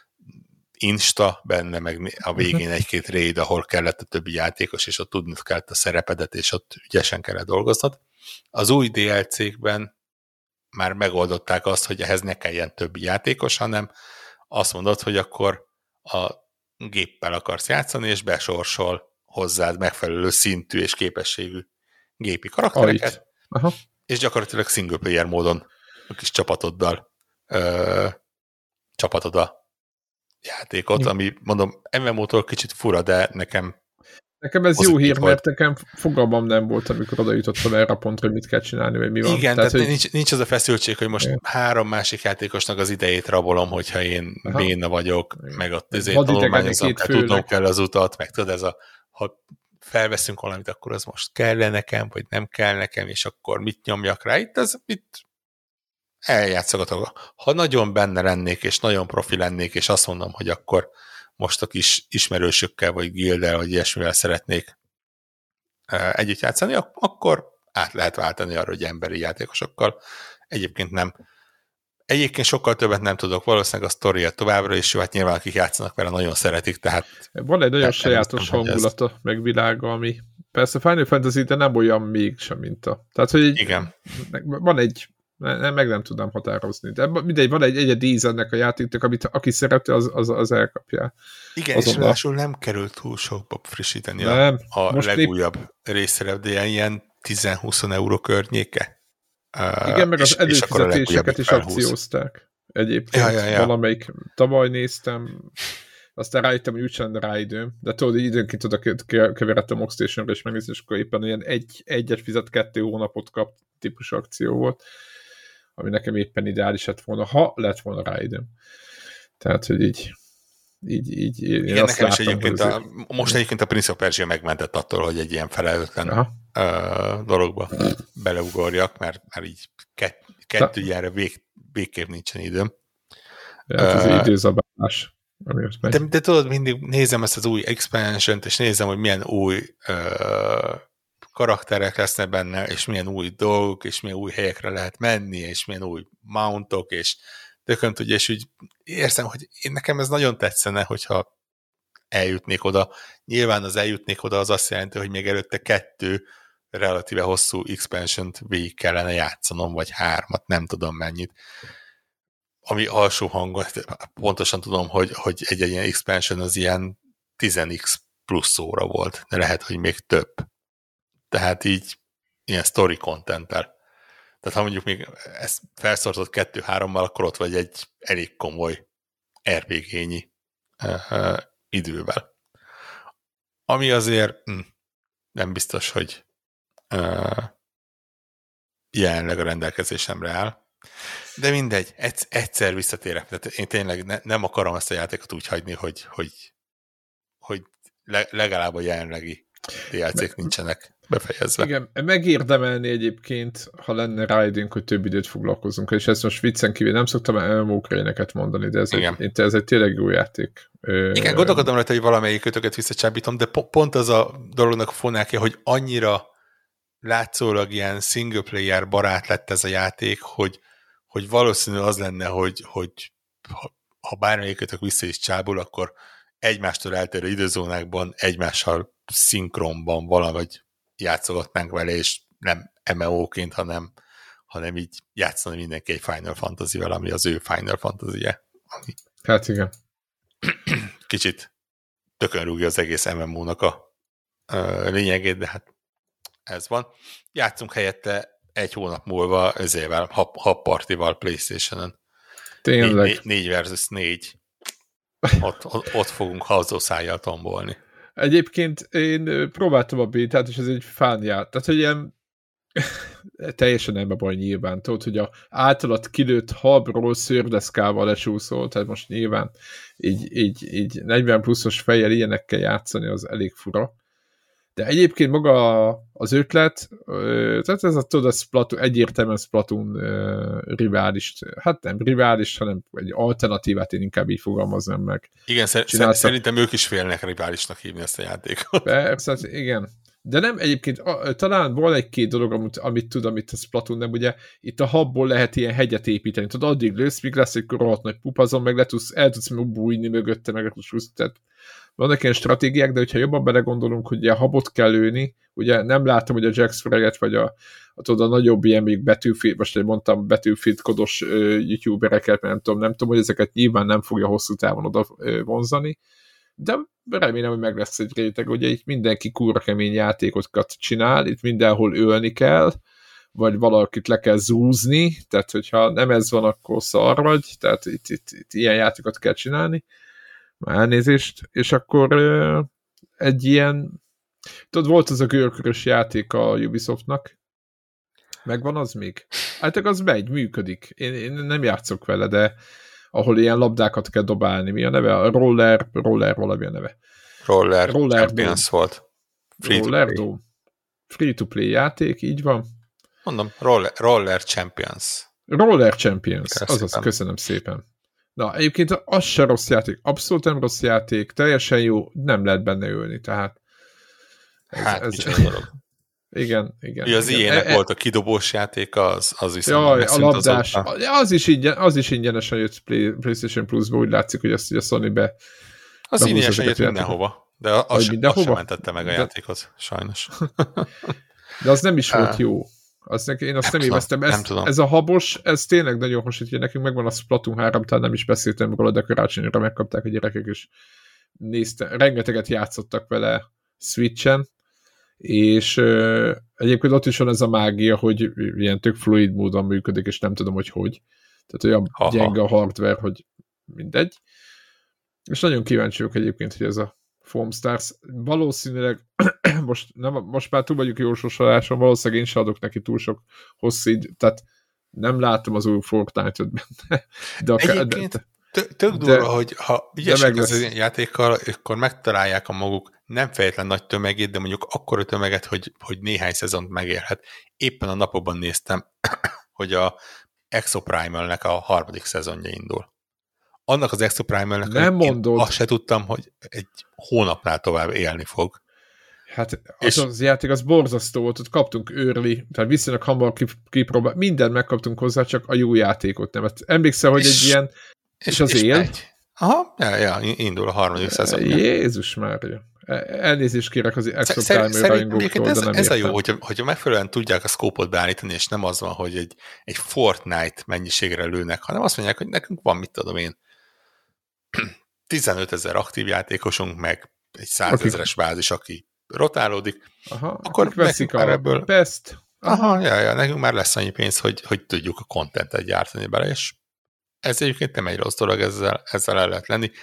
insta benne, meg a végén 1-2 raid, ahol kellett a többi játékos, és ott tudnod kellett a szerepedet, és ott ügyesen kellett dolgoznod. Az új DLC-kben már megoldották azt, hogy ehhez ne kelljen többi játékos, hanem azt mondod, hogy akkor a géppel akarsz játszani, és besorsol hozzád megfelelő szintű és képességű gépi karaktereket, és gyakorlatilag single player módon a kis csapatoddal csapatod a játékot, ami mondom, MMO-tól kicsit fura, de nekem ez jó hír, mert nekem fogalmam nem volt, amikor oda jutottam erre a pontra, hogy mit kell csinálni, vagy mi van. Igen, tehát hogy... nincs az a feszültség, hogy most 3 másik játékosnak az idejét rabolom, hogyha én béna vagyok, meg ott tanulmányozom, tudnom kell az utat, meg tudod, ha felveszünk valamit, akkor az most kell nekem, vagy nem kell nekem, és akkor mit nyomjak rá. Itt eljátszogatok. Ha nagyon benne lennék, és nagyon profi lennék, és azt mondom, hogy akkor most a kis ismerősökkel, vagy guilddel, vagy ilyesmivel szeretnék együtt játszani, akkor át lehet váltani arra, hogy emberi játékosokkal. Egyébként nem. Egyébként sokkal többet nem tudok, valószínűleg a sztoria továbbra is, hát nyilván akik játszanak vele, nagyon szeretik, tehát... Van egy nagyon sajátos hangulata, meg világa, ami persze Final Fantasy, de nem olyan mégsem, mint a... Tehát, hogy igen. Van egy meg nem tudnám határozni. De mindegy, van egy egyedi ennek a játéknak, amit aki szereti, az elkapja. Igen, és ráadásul nem került túl sokba frissíteni a legújabb részre, de ilyen 10-20 euró környéke. Igen, meg az előfizetéseket is akciózták. Egyébként valamelyik tavaly néztem, aztán rájöttem, hogy úgysem rá időm, de tudod, így időnként oda keveredtem a Mogstation-ra, és megnézni, és akkor éppen ilyen egyet fizet 2 hónapot kap típus akció volt, ami nekem éppen ideális lett volna, ha lett volna rá időm. Tehát, hogy így igen, nekem is egyébként most egyébként a Prince of Persia megmentett attól, hogy egy ilyen felelőtlen dologba beleugorjak, mert így kettő ilyenre végképp nincsen időm. Ez az időzabálás. De tudod, mindig nézem ezt az új expansion-t, és nézem, hogy milyen új karakterek lesznek benne, és milyen új dolgok, és milyen új helyekre lehet menni, és milyen új mountok, és tökön tudja, és úgy érzem, hogy nekem ez nagyon tetszene, hogyha eljutnék oda. Nyilván az eljutnék oda az azt jelenti, hogy még előtte 2 relatíve hosszú expansion-t végig kellene játszanom, vagy 3, nem tudom mennyit. Ami alsó hangon, pontosan tudom, hogy egy ilyen expansion az ilyen 10x plusz óra volt, de lehet, hogy még több. Tehát így ilyen story content-tel. Tehát ha mondjuk még ezt felszortott 2-3-mal, akkor ott vagy egy elég komoly RPG-nyi idővel. Ami azért nem biztos, hogy jelenleg a rendelkezésemre áll. De mindegy, egyszer visszatérek. Tehát én tényleg nem akarom ezt a játékot úgy hagyni, hogy legalább a jelenlegi DLC-k nincsenek befejezve. Igen, megérdemelni egyébként, ha lenne rá időnk, hogy több időt foglalkozunk, és ezt most viccen kívül nem szoktam MMO-kra éneket mondani, de ez egy tényleg jó játék. Igen, gondolkodom rajta, hogy valamelyik kötöket visszacsábítom, de pont az a dolognak a fonákja, hogy annyira látszólag ilyen single player barát lett ez a játék, hogy valószínű az lenne, hogy ha bármelyikötök vissza is csábul, akkor egymástól eltérő időzónákban, egymással szinkronban valahogy játszogatnánk vele, és nem MMO-ként, hanem így játszani mindenki egy Final Fantasy-vel, ami az ő Final Fantasy-je. Hát igen. Kicsit tökön rúgja az egész MMO-nak a lényegét, de hát ez van. Játszunk helyette egy hónap múlva ezével, hub partival PlayStation-on. Tényleg. 4 versus 4. Ott fogunk hazószájjal tombolni. Egyébként én próbáltam a bétát, és ez egy fánját. Tehát, hogy ilyen teljesen nem a baj nyilván. Tudod, hogy a általad kilőtt habról szőrdeszkával lesúszol, tehát most nyilván így 40 pluszos fejjel ilyenekkel játszani, az elég fura. De egyébként maga az ötlet, tehát ez a Splatoon, egyértelműen Splatoon rivális, hát nem rivális, hanem egy alternatívát, én inkább így fogalmaznám meg. Igen, szerintem ők is félnek riválisnak hívni ezt a játékot. Persze, igen. De nem egyébként, talán van egy-két dolog, amit a Splatoon nem, ugye itt a hubból lehet ilyen hegyet építeni, tudod, addig lősz, míg lesz egy rohadt nagy pupazon, meg el tudsz bújni mögötte, meg tehát vannak ilyen stratégiák, de hogyha jobban belegondolunk, hogy a habot kell lőni, ugye nem látom, hogy a Jack Sprague-et, vagy a nagyobb ilyen még Battlefield, most mondtam Battlefield kodos youtubereket, nem tudom, hogy ezeket nyilván nem fogja hosszú távon oda vonzani, de remélem, hogy meg lesz egy réteg, ugye itt mindenki kurva kemény játékokat csinál, itt mindenhol ölni kell, vagy valakit le kell zúzni, tehát hogyha nem ez van, akkor szar vagy, tehát itt ilyen játékokat kell csinálni, elnézést, és akkor egy ilyen, tudod, volt az a görkörös játék a Ubisoftnak, megvan az még? Hát az működik. Én nem játszok vele, de ahol ilyen labdákat kell dobálni. Mi a neve? A Roller valami a neve. Roller Champions volt. Free-to-play játék, így van. Mondom, Roller Champions. Roller Champions, azaz, köszönöm szépen. Na, egyébként az se rossz játék, abszolút nem rossz játék, teljesen jó, nem lehet benne ülni, tehát ez igen. Ugye az ilyenek volt a kidobós játék, az viszont jaj, a labdás, az is ingyenesen jött PlayStation Plus-ba, úgy látszik, hogy ezt ugye a Sony-be az ingyenesen jött mindenhova, de az sem mentette meg a játékot, sajnos. De az nem is volt jó. Én azt nem éveztem. Ez a habos, ez tényleg nagyon hasonlít, nekünk megvan a Splatoon 3, talán nem is beszéltem róla, de karácsonyra megkapták a gyerekek, és rengeteget játszottak vele Switchen, és egyébként ott is van ez a mágia, hogy ilyen tök fluid módon működik, és nem tudom, hogy. Tehát olyan gyenge a hardware, hogy mindegy. És nagyon kíváncsi vagyok egyébként, hogy ez a Foam Stars valószínűleg most már túl vagyunk jó sorsoláson, valószínűleg én sem adok neki túl sok hosszú idő, tehát nem látom az új Fortnite-ot benne. Egyébként tök durva, hogy ha ügyesek az játékkal, akkor megtalálják a maguk nem feltétlen nagy tömegét, de mondjuk akkora tömeget, hogy néhány szezont megérhet. Éppen a napokban néztem, hogy a Exoprimal-nek a 3. szezonja indul. Annak az Exoprimal-nek azt se tudtam, hogy egy hónapnál tovább élni fog. Hát És az játék az borzasztó volt, ott kaptunk early, tehát viszonylag hamar kipróbál, mindent megkaptunk hozzá, csak a jó játékot nem. Hát emlékszel, hogy egy ilyen, és az él? megy. Aha, indul a harmadik szezon. Jézus Mária. Elnézést kérek az Exoprimer rajongóktól, de nem ez a értem. jó, hogyha megfelelően tudják a szkópot beállítani, és nem az van, hogy egy Fortnite mennyiségre lőnek, hanem azt mondják, hogy nekünk van, mit tudom én, 15 000 aktív játékosunk, meg egy 100 000-es bázis, aki rotálódik, Aha, akkor veszik a ebből... best. Aha, nekünk már lesz annyi pénz, hogy tudjuk a contentet gyártani bele, és ez egyébként nem egy rossz dolog, ezzel el lehet lenni.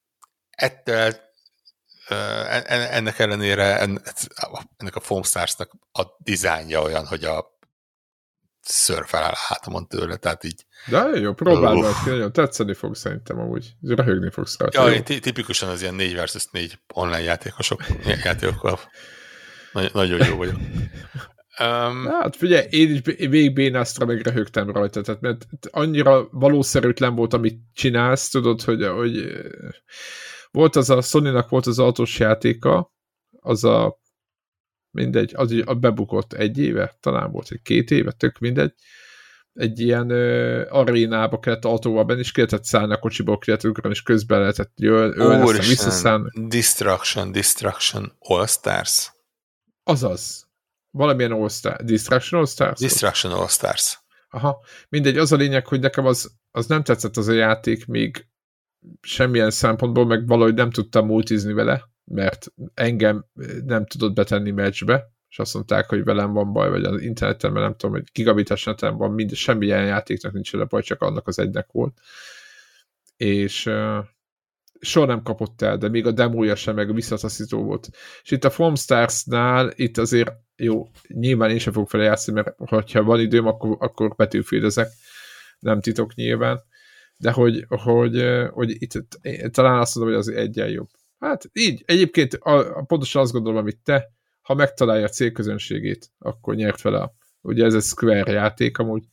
Ennek ellenére ennek a Foamstars-nak a dizájnja olyan, hogy a szőr feláll a hátamon tőle, tehát így... De jó, próbáld meg ki, nagyon tetszeni fog szerintem amúgy. Röhögni fogsz rá. Ja, tipikusan az ilyen 4 versus 4 online játékokkal nagyon jó vagyok. Hát figyelj, én is végigbénáztra meg röhögtem rajta, tehát mert annyira valószerűtlen volt, amit csinálsz, tudod, hogy volt az a Sony-nak volt az autós játéka, az a mindegy, az a bebukott 1 éve, talán volt egy 2 éve, tök mindegy, egy ilyen arénába kellett autóval benni, és kellett szállni a kocsiból, kellett ugrani, és közben lehetett ölni, visszaszállni. Destruction All Stars. Azaz. Valamilyen All Stars. Destruction All Stars? Destruction All Stars. Aha. Mindegy, az a lényeg, hogy nekem az nem tetszett az a játék még semmilyen szempontból, meg valahogy nem tudtam multizni vele, mert engem nem tudott betenni meccsbe, és azt mondták, hogy velem van baj, vagy az interneten, mert nem tudom, hogy gigabites neten van, semmilyen játéknak nincs vele baj, csak annak az egynek volt. És soha nem kapott el, de még a demója sem, meg visszataszító volt. És itt a Foamstars-nál, itt azért jó, nyilván én sem fogok vele játszani, mert ha van időm, akkor betűfédezek, nem titok nyilván, de hogy itt talán azt mondom, hogy az egyen jobb. Hát így, egyébként pontosan azt gondolom, amit te, ha megtalálja a célközönségét, akkor nyert vele. Ugye ez egy Square játék amúgy,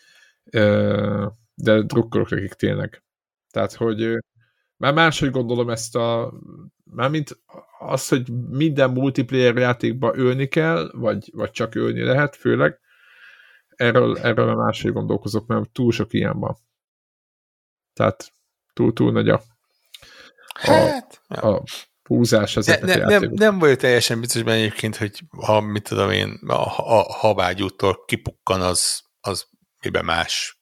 de drukkolok nekik tényleg. Tehát, hogy már máshogy gondolom ezt mármint az, hogy minden multiplayer játékban ölni kell, vagy csak ölni lehet, főleg. Erről máshogy gondolkozok, mert túl sok ilyen van. Tehát túl nagy a húzás ezeknek a játékok. Nem vagyok teljesen biztos benne egyébként, hogy ha, mit tudom én, a habágyúttól kipukkan, az miben más.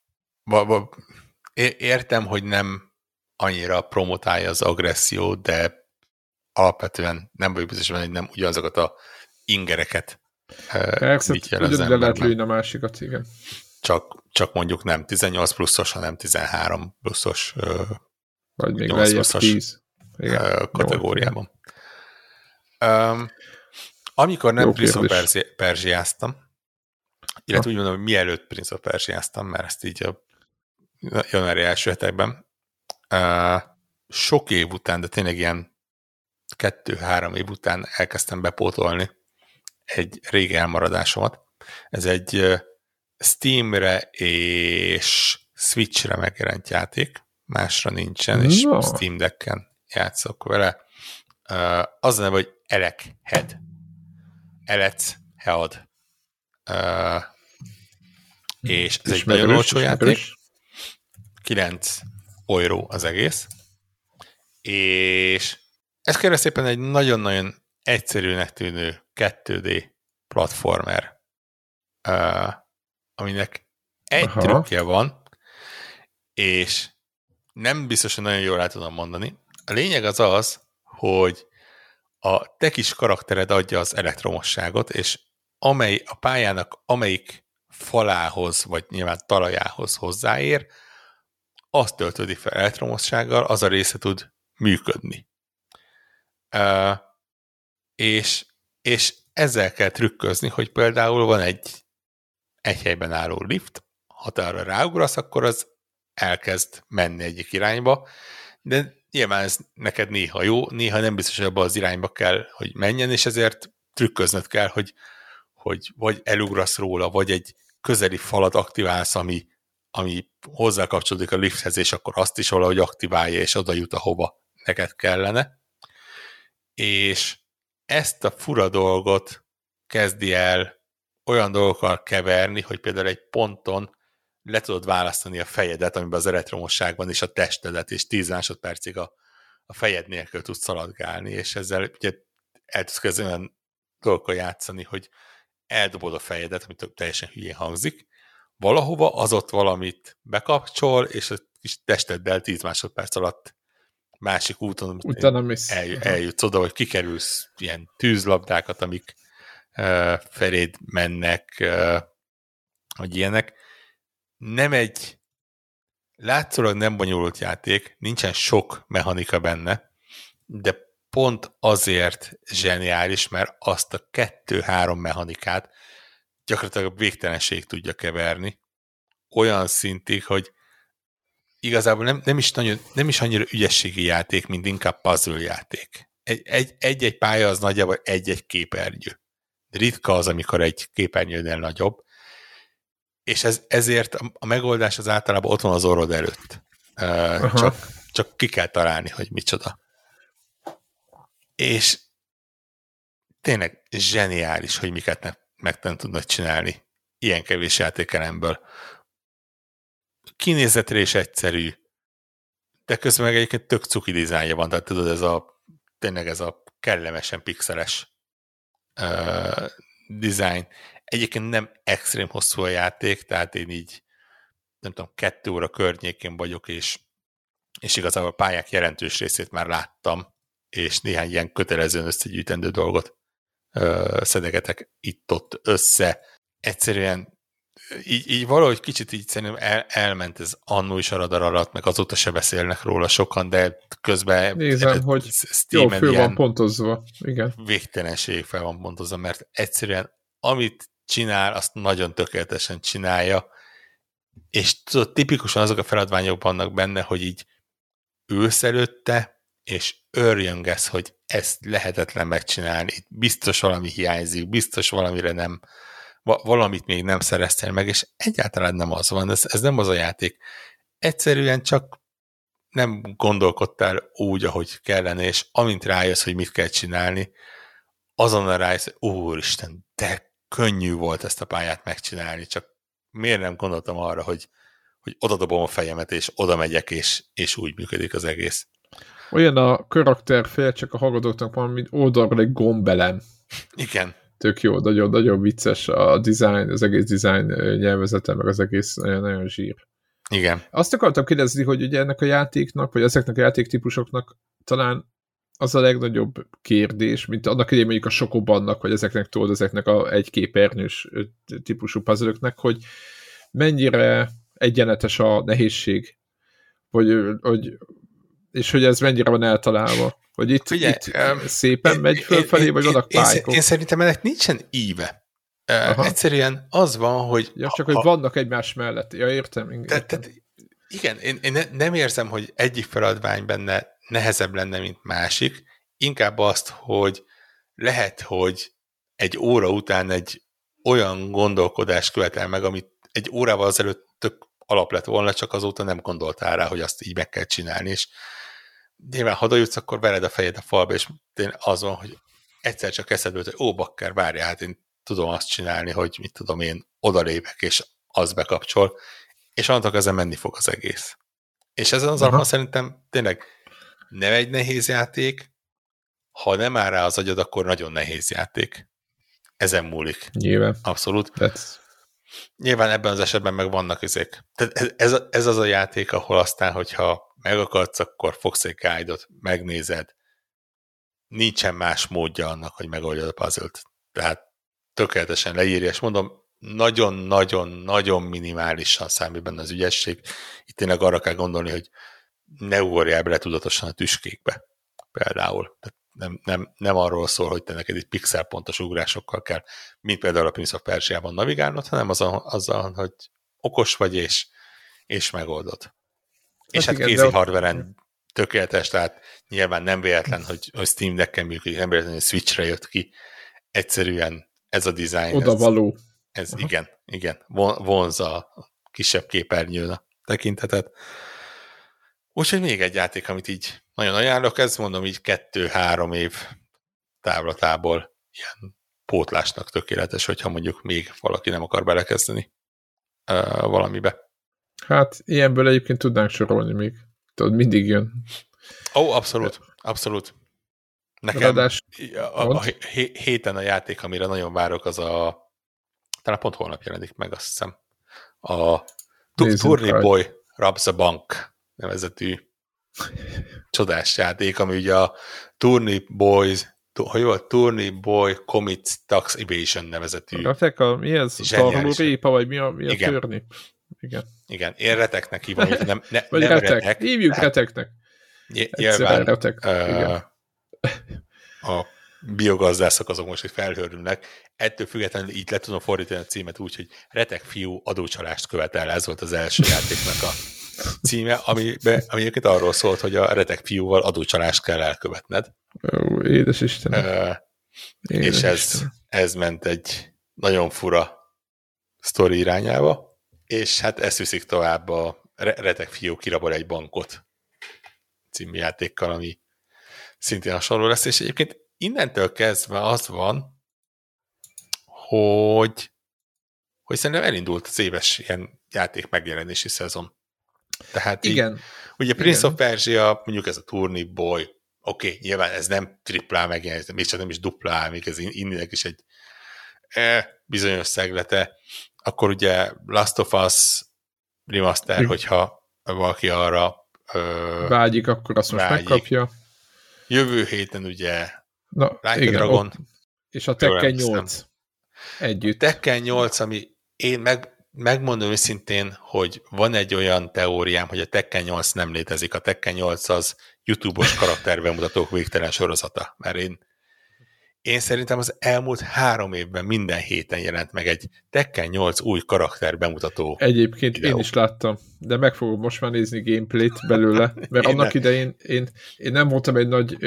Értem, hogy nem annyira promotálja az agresszió, de alapvetően nem vagyok biztos benne, hogy nem ugyanazokat a ingereket mit jelez az lehet lőni a másikat, igen. Csak mondjuk nem 18 pluszos, hanem 13 pluszos vagy még lejjebb 10 kategóriában. Amikor nem Prince of Persiáztam, illetve úgy mondom, hogy mielőtt Prince of Persiáztam, mert ezt így a januári első hetekben, sok év után, de tényleg ilyen 2-3 év után elkezdtem bepótolni egy régi elmaradásomat. Ez egy Steamre és Switchre megjelent játék, másra nincsen, és Steam Decken játszok vele. Az a neve, hogy Elec Head. Elec Head. És ez egy nagyon olcsó játék. 9 euró az egész. És ez kérlek szépen egy nagyon-nagyon egyszerűnek tűnő 2D platformer, aminek egy trükkje van, és nem biztos, hogy nagyon jól el tudom mondani. A lényeg az, hogy a te kis karaktered adja az elektromosságot, és a pályának amelyik falához, vagy nyilván talajához hozzáér, azt töltődik fel elektromossággal, az a része tud működni. És ezzel kell trükközni, hogy például van egy helyben álló lift, ha te arra ráugrasz, akkor az elkezd menni egyik irányba, de nyilván ez neked néha jó, néha nem biztos, hogy abban az irányba kell, hogy menjen, és ezért trükköznöd kell, hogy vagy elugrasz róla, vagy egy közeli falat aktiválsz, ami hozzá kapcsolódik a lifthez, és akkor azt is valahogy aktiválja, és oda jut, ahova neked kellene. És ezt a fura dolgot kezdi el olyan dolgokkal keverni, hogy például egy ponton le tudod választani a fejedet, amiben az elektromosság van, és a testedet, és 10 másodpercig a fejed nélkül tudsz szaladgálni, és ezzel ugye el tudsz kezdeni olyan dolgokkal játszani, hogy eldobod a fejedet, amit teljesen hülyén hangzik, valahova az ott valamit bekapcsol, és a kis testeddel 10 másodperc alatt másik úton eljutsz oda, hogy kikerülsz ilyen tűzlabdákat, amik feléd mennek, vagy ilyenek. Nem egy látszólag nem bonyolult játék, nincsen sok mechanika benne, de pont azért zseniális, mert azt a 2-3 mechanikát gyakorlatilag a végtelenség tudja keverni. Olyan szintig, hogy igazából nem is annyira ügyességi játék, mint inkább puzzle játék. Egy-egy pálya az nagyjából egy-egy képernyő. Ritka az, amikor egy képernyőnél nagyobb, és ezért a megoldás az általában ott van az orrod előtt. Csak ki kell találni, hogy micsoda. És tényleg zseniális, hogy miket meg nem tudnak csinálni ilyen kevés játékelemből. Kinézetre is egyszerű, de közben meg egyébként tök cuki dizájnja van, tehát tudod, tényleg ez a kellemesen pixeles dizájn. Egyébként nem extrém hosszú a játék, tehát én így nem tudom, 2 óra környékén vagyok, és igazából a pályák jelentős részét már láttam, és néhány ilyen kötelezően összegyűjtendő dolgot szedegetek itt-ott össze. Egyszerűen így valahogy kicsit így szerintem elment ez annó is a radar alatt, meg azóta se beszélnek róla sokan, de közben nézem, hogy jó, föl van pontozva. Igen. Végtelenség fel van pontozva, mert egyszerűen amit csinál, azt nagyon tökéletesen csinálja, és tudod, tipikusan azok a feladványok vannak benne, hogy így ülsz előtte, és örjöngesz, hogy ezt lehetetlen megcsinálni. Itt biztos valami hiányzik, biztos valamire nem, valamit még nem szereztél meg, és egyáltalán nem az van. Ez nem az a játék. Egyszerűen csak nem gondolkodtál úgy, ahogy kellene, és amint rájössz, hogy mit kell csinálni, azonnal rájössz, hogy úristen, de könnyű volt ezt a pályát megcsinálni, csak miért nem gondoltam arra, hogy odadobom a fejemet, és oda megyek, és úgy működik az egész. Olyan a karakterfél, csak a hallgatóknak van, mint oldalról egy gombelem. Igen. Tök jó, nagyon vicces a design, az egész design nyelvezete, meg az egész nagyon zsír. Igen. Azt akartam kérdezni, hogy ugye ennek a játéknak, vagy ezeknek a játéktípusoknak talán az a legnagyobb kérdés, mint annak idején mondjuk a Sokobannak, vagy ezeknek a egyképernyős típusú puzzle-öknek, hogy mennyire egyenletes a nehézség, és hogy ez mennyire van eltalálva. Hogy itt szépen megy fölfelé, vagy vannak pályák. Én szerintem ennek nincsen íve. Egyszerűen az van, hogy... Ja, csak hogy vannak egymás mellett. Ja, értem. Tehát, igen, én nem érzem, hogy egyik feladvány benne nehezebb lenne, mint másik. Inkább azt, hogy lehet, hogy egy óra után egy olyan gondolkodást követel meg, amit egy órával azelőtt tök alap lett volna, csak azóta nem gondoltál rá, hogy azt így meg kell csinálni, és nyilván, ha odajutsz, akkor vered a fejed a falba, és az van, hogy egyszer csak eszedbe, hogy bakker, várjál, hát én tudom azt csinálni, hogy mit tudom én, odalépek, és az bekapcsol, és annak ezen menni fog az egész. És ezen az alapon szerintem tényleg nem egy nehéz játék, ha nem áll rá az agyad, akkor nagyon nehéz játék. Ezen múlik. Nyilván. Abszolút. Nyilván ebben az esetben meg vannak ezek. Tehát ez az a játék, ahol aztán, hogyha meg akarsz, akkor fogsz egy guide-ot, megnézed. Nincsen más módja annak, hogy megoldjad a puzzle-t. Tehát tökéletesen leírja, és mondom, nagyon-nagyon-nagyon minimálisan számít benne az ügyesség. Itt tényleg arra kell gondolni, hogy ne ugorjál bele tudatosan a tüskékbe. Például. Nem arról szól, hogy te neked itt pixelpontos ugrásokkal kell, mint például a Prince of Persia-ban navigálnod, hanem azzal, hogy okos vagy, és megoldod. És hát kézi hardware-en tökéletes, tehát nyilván nem véletlen, hogy Steam Deck-en működik, nem véletlen, hogy Switch-re jött ki. Egyszerűen ez a design. Oda való. Ez igen, vonzza a kisebb képernyőn a tekintetet. Úgyhogy még egy játék, amit így nagyon ajánlok, ez mondom így 2-3 év távlatából ilyen pótlásnak tökéletes, hogyha mondjuk még valaki nem akar belekezdeni valamibe. Hát ilyenből egyébként tudnánk sorolni még. Tudod, mindig jön. Ó, abszolút, abszolút. Nekem Radás, a héten a játék, amire nagyon várok, az talán pont holnap jelenik meg, azt hiszem. A Tourney Boy Robs a Bank nevezetű csodás játék, ami ugye a Tourney Boy Commits Tax Evasion nevezetű. Mi ez? Tarló répa, vagy mi a Tourney? Igen, én reteknek hívom, nem retek. Hívjuk reteknek. Nyilván retek. A biogazdászok azok most, hogy felhőrülnek. Ettől függetlenül így le tudom fordítani a címet úgy, hogy Retek fiú adócsalást követel. Ez volt az első játéknak a címe, ami egyébként arról szólt, hogy a Retek fiúval adócsalást kell elkövetned. Ó, édes Istenem. És ez ment egy nagyon fura sztori irányába, és hát ezt viszik tovább a Retek fiú kirabol egy bankot című játékkal, ami szintén hasonló lesz, és egyébként innentől kezdve az van, hogy szerintem elindult az éves ilyen játék megjelenési szezon. Tehát igen. Így, ugye Prince of Persia, mondjuk ez a Tourney Boy, oké, nyilván ez nem triplá megjelenés, még csak nem is duplá, még ez indinek is egy bizonyos szeglete. Akkor ugye Last of Us remaster, hogyha valaki arra vágyik, akkor azt most megkapja. Jövő héten ugye Like a Dragon. És a Tekken 8 együtt. Tekken 8, ami én megmondom őszintén, hogy van egy olyan teóriám, hogy a Tekken 8 nem létezik. A Tekken 8 az YouTube-os karakterbemutatók végtelen sorozata. Mert én szerintem az elmúlt 3 évben minden héten jelent meg egy Tekken 8 új karakterbemutató. Egyébként videó. Én is láttam, de meg fogom most már nézni gameplayt belőle, mert annak idején én nem voltam egy nagy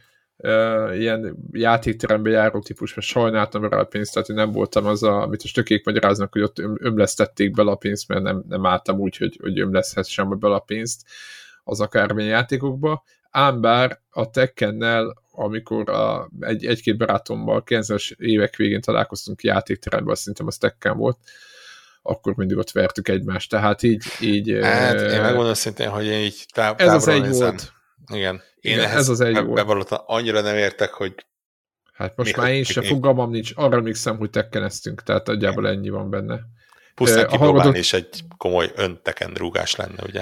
ilyen játékterembe járó típus, mert sajnáltam rá a pénzt, tehát én nem voltam az, amit a stökék magyaráznak, hogy ott ömlesztették bele a pénzt, mert nem álltam úgy, hogy ömleszhessem bele a pénzt az akármilyen játékokba. Ám bár a Tekkennel, amikor egy-két barátommal 90-es évek végén találkoztunk játékteremben, azt szerintem az Tekken volt, akkor mindig ott vertük egymást. Tehát így hát én megmondom szintén, hogy én így ez az egy volt. Igen. Én ehhez bevallottan annyira nem értek, hogy hát most már én sem fogalmam nincs. Arra emlékszem, hogy tekkeneztünk, tehát nagyjából ennyi van benne. Pusztán kipróbálni is egy komoly önteken rúgás lenne, ugye?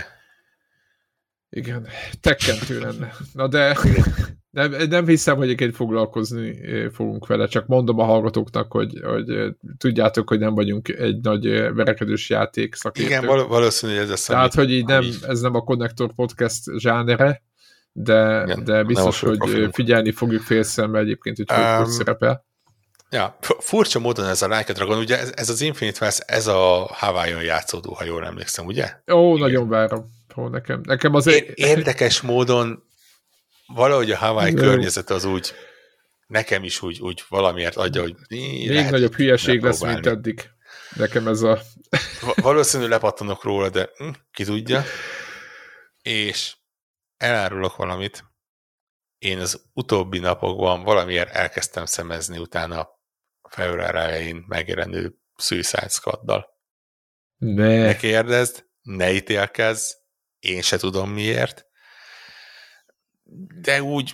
Igen, tekkentő lenne. Na de nem hiszem, hogy egyébként foglalkozni fogunk vele, csak mondom a hallgatóknak, hogy tudjátok, hogy nem vagyunk egy nagy verekedős játék szakértők. Igen, valószínű, hogy ez a számít. Tehát, hogy így ez nem a Connector Podcast zsánere, de biztos, hogy figyelni fogjuk félszemmel egyébként, hogy szerepel. Ja, furcsa módon ez a Like a Dragon, ugye ez az Infinite West, ez a Hawaiion játszódó, ha jól emlékszem, ugye? Ó, nagyon várom. Nekem az érdekes módon valahogy a Hawaii környezet az úgy, nekem is úgy valamiért adja, hogy még nagyobb hülyeség lesz, mint eddig. Nekem ez a... Valószínű lepattanok róla, de ki tudja. És elárulok valamit. Én az utóbbi napokban valamiért elkezdtem szemezni utána a február elején megjelenő Suicide Squaddal. Ne kérdezd, ne ítélkezz, én se tudom miért, de úgy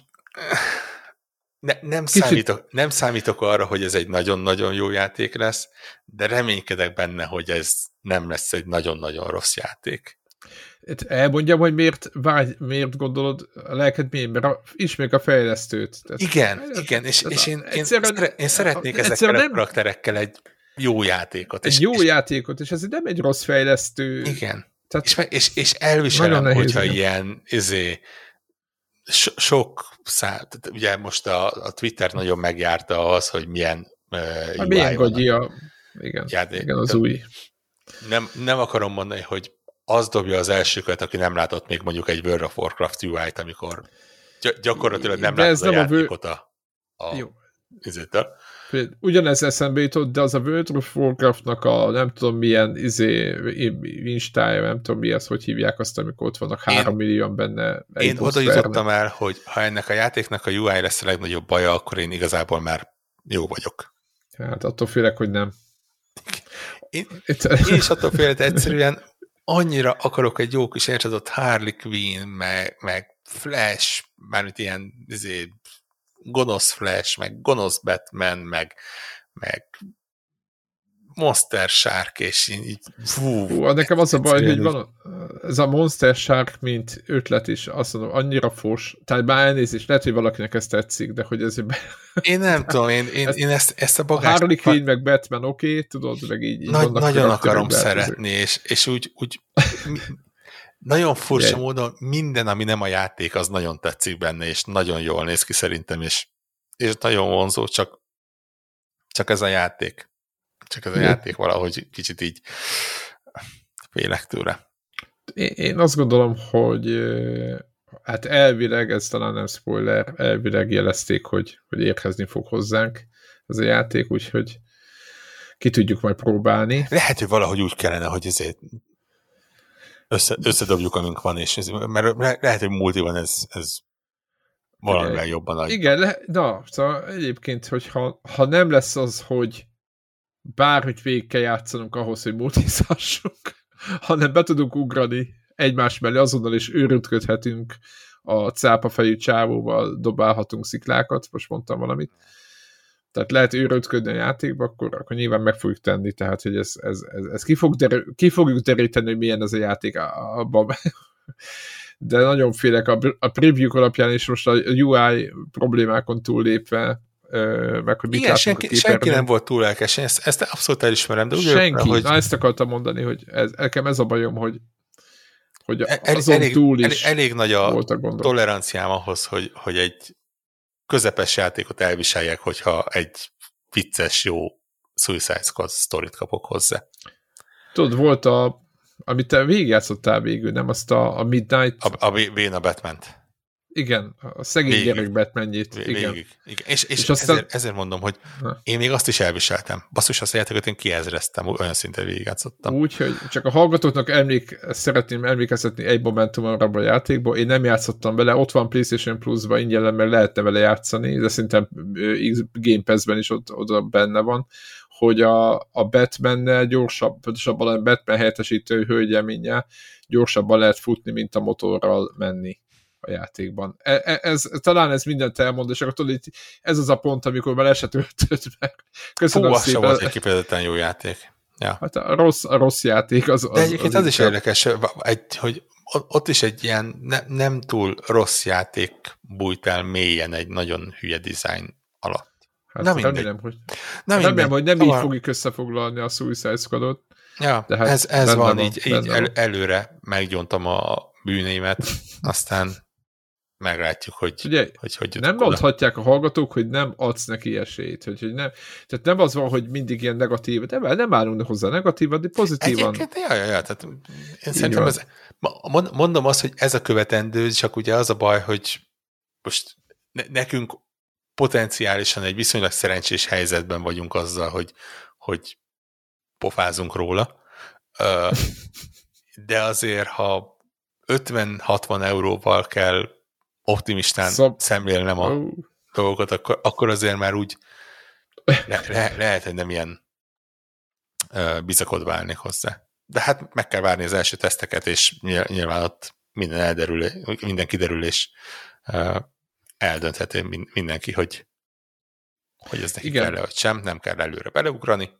nem számítok arra, hogy ez egy nagyon-nagyon jó játék lesz, de reménykedek benne, hogy ez nem lesz egy nagyon-nagyon rossz játék. Elmondjam, hogy miért gondolod a lelked mélyén, mert ismerjük a fejlesztőt. Igen, és én szeretnék ezekkel a karakterekkel egy jó játékot. Egy jó játékot, és ez nem egy rossz fejlesztő. Igen. Tehát, és elviselem, hogyha ilyen sok ugye most a Twitter nagyon megjárta az, hogy milyen milyen gagyi igen, az új. Nem akarom mondani, hogy az dobja az elsőket, aki nem látott még mondjuk egy World of Warcraft UI-t, amikor gyakorlatilag nem látott a játékot a izétől. Ugyanez eszembe jutott, de az a World of Warcraft-nak a nem tudom milyen instája, nem tudom mi az, hogy hívják azt, amikor ott vannak 3 millióan benne. Én oda jutottam el, hogy ha ennek a játéknak a UI lesz a legnagyobb baja, akkor én igazából már jó vagyok. Hát attól félek, hogy nem. Én is attól félek, de egyszerűen annyira akarok egy jó kis értsadott Harley Quinn, meg Flash, mármint ilyen gonosz Flash, meg gonosz Batman, meg Monster Shark, és így nekem az a baj, hogy van ez a Monster Shark, mint ötlet is, azt mondom, annyira fos, tehát bár elnézést, lehet, hogy valakinek ez tetszik, de hogy ez... Én nem tudom, én ezt a bagást... A Harley Quinn, meg Batman, oké, tudod, meg így nagyon akarom szeretni, és úgy nagyon furcsa módon minden, ami nem a játék, az nagyon tetszik benne, és nagyon jól néz ki szerintem, és nagyon vonzó, csak ez a játék. Csak ez a játék valahogy kicsit így félek tőle. Én azt gondolom, hogy hát elvileg, ez talán nem spoiler, elvileg jelezték, hogy érkezni fog hozzánk ez a játék, úgyhogy ki tudjuk majd próbálni. Lehet, hogy valahogy úgy kellene, hogy ezért összedobjuk, amink van, és mert lehet, hogy multiban ez valamivel jobban. Igen, szóval egyébként, hogy ha nem lesz az, hogy bárhogy végig kell játszanunk ahhoz, hogy multizassunk, hanem be tudunk ugrani egymás mellé azonnal, és őrültködhetünk a cápafejű csávóval, dobálhatunk sziklákat, most mondtam valamit. Tehát lehet őrültködni a játékba, akkor nyilván meg fogjuk tenni, tehát hogy ez ki fogjuk deríteni, hogy milyen ez a játék abban. De nagyon félek a preview alapján, és most a UI problémákon túllépve, meg hogy mit látunk a képernyőn. Senki nem volt túl lelkes, ezt abszolút elismerem, de úgy senki, hogy... ezt akartam mondani, hogy nekem ez a bajom, hogy azon túl is elég nagy a toleranciám ahhoz, hogy egy közepes játékot elviseljek, hogyha egy vicces, jó Suicide Squad sztorit kapok hozzá. Tudod, volt amit te végigjátszottál végül, nem azt a Midnight... A Véna Batman-t. Igen, a szegény gyerek Batmanjét. Igen. És aztán... ezért mondom, hogy én még azt is elviseltem. Basszus, azt a játékot én kiezreztem, olyan szinten végigjátszottam. Úgyhogy csak a hallgatóknak szeretném emlékeztetni egy momentumra a játékból. Én nem játszottam vele, ott van PlayStation Plus-ban ingyen, mert lehetne vele játszani, de szerintem Game Pass-ben is oda benne van, hogy a Batman-nel pontosabban a Batman helyettesítő hölgyeménnyel gyorsabban lehet futni, mint a motorral menni a játékban. Talán ez mindent elmond, és akkor tudod, ez az a pont, amikor már se töltött meg. Köszönöm szépen. Az volt egy kifejezetten jó játék. Ja. Hát a rossz játék. De egyébként az is érdekes, hogy ott is egy ilyen nem túl rossz játék bújt el mélyen egy nagyon hülye design alatt. Hát remélem, hogy nem így fogjuk összefoglalni a Suicide Squadot. Ja, de hát ez van, így előre meggyontam a bűneimet, aztán meglátjuk, hogy ugye, hogy nem mondhatják a hallgatók, hogy nem adsz neki esélyt, hogy nem, tehát nem az van, hogy mindig ilyen negatív, de nem állunk hozzá negatívan, de pozitívan. Egyébként, tehát én szerintem mondom azt, hogy ez a követendő, csak ugye az a baj, hogy most nekünk potenciálisan egy viszonylag szerencsés helyzetben vagyunk azzal, hogy pofázunk róla, de azért, ha 50-60 euróval kell optimistán szemlélnem a dolgokat, akkor azért már úgy lehet, hogy nem ilyen bizakodva állnék hozzá. De hát meg kell várni az első teszteket, és nyilván ott minden kiderül, és eldönthető mindenki, hogy ez neki kell, vagy sem, nem kell előre beleugrani.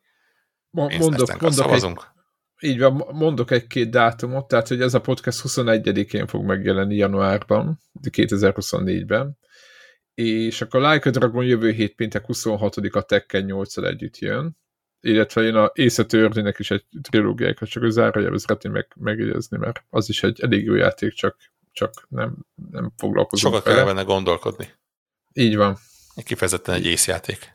Mondok egy-két dátumot, tehát hogy ez a podcast 21-én fog megjelenni januárban, 2024-ben, és akkor Like a Dragon jövő hét péntek 26-a Tekken 8-al együtt jön, illetve jön a Ace Attorney-nek is egy trilógiákat, csak az zárójelben szeretném megjegyezni, mert az is egy elég jó játék, csak nem foglalkozunk sokat kell benne gondolkodni. Így van. Kifejezetten egy észjáték.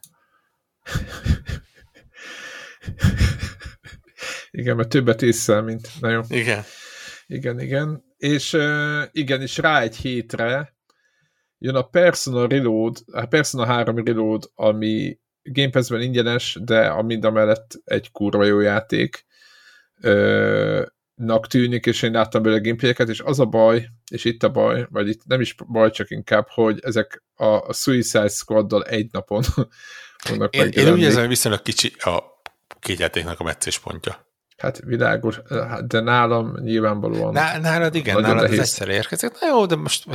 Igen, mert többet észszel, mint nagyon. Igen. Igen. És és rá egy hétre jön a Persona 3 Reload, ami Game Pass-ben ingyenes, de mind a mellett egy kurva jó játék nak tűnik, és én láttam belőle gameplayeket, és az a baj, és itt a baj, vagy itt nem is baj, csak inkább, hogy ezek a Suicide Squaddal egy napon fognak megjelenni. Én úgy érzem, hogy viszonylag kicsi a két játéknak a meccéspontja. Hát világos, de nálam nyilvánvalóan... Nálad igen, nálad ez egyszer érkezik. Na jó, de most...